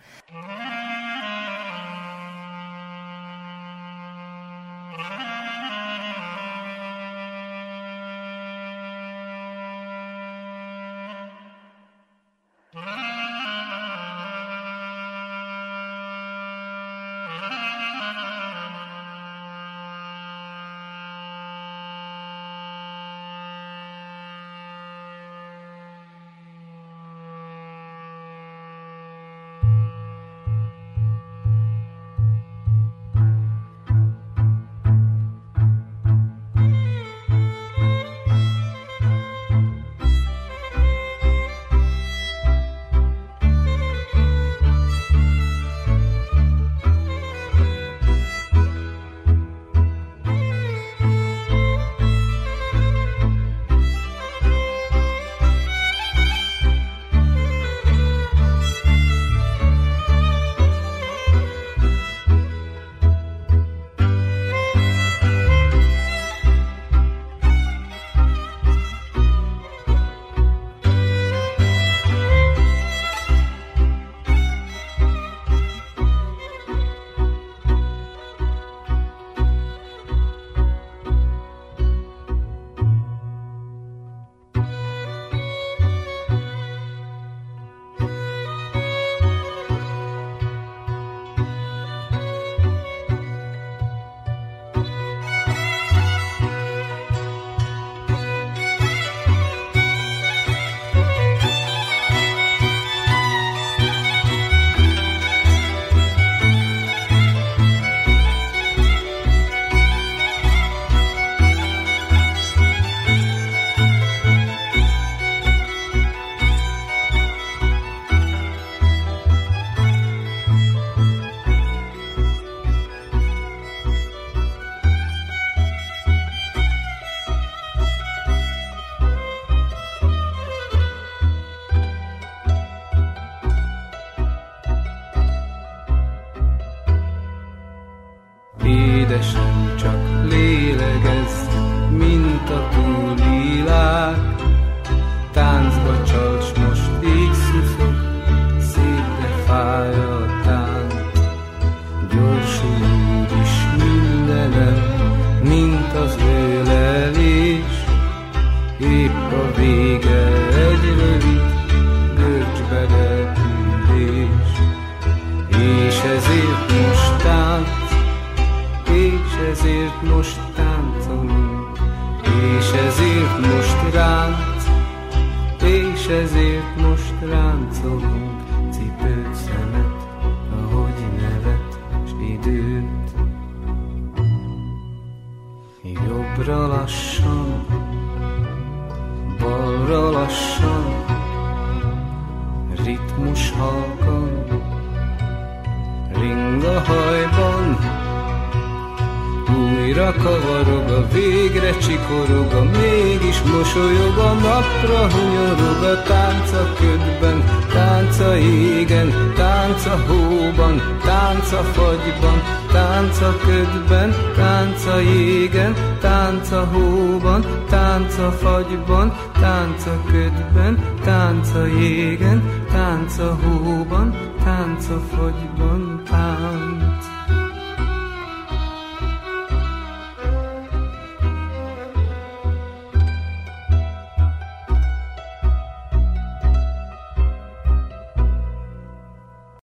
S21: Csendesen csak lélegezz, mint a túlvilág. Táncba csalcs most, így szuszog, szép, de fáj a tánc. Gyorsul is mindenem, mint az ölelés. Épp a vége egy rövid görcsbe repülés. És ezért most tánc, és ezért most táncolunk, és ezért most ránc, és ezért most ráncolunk. Cipőt, szemet, ahogy nevet, s időt. Jobbra lassan, balra lassan, ritmus halkan, ring a hajban. Újra kavarog, a végre csikorog, a mégis mosolyog, a napra hunyorog. A tánc a ködben, tánc a jégen, tánc a hóban, tánc a fagyban, tánc a ködben, tánc a jégen, tánc a hóban, tánc a fagyban, tánc a ködben, tánc a jégen, tánc a hóban, tánc a fagyban, tánc.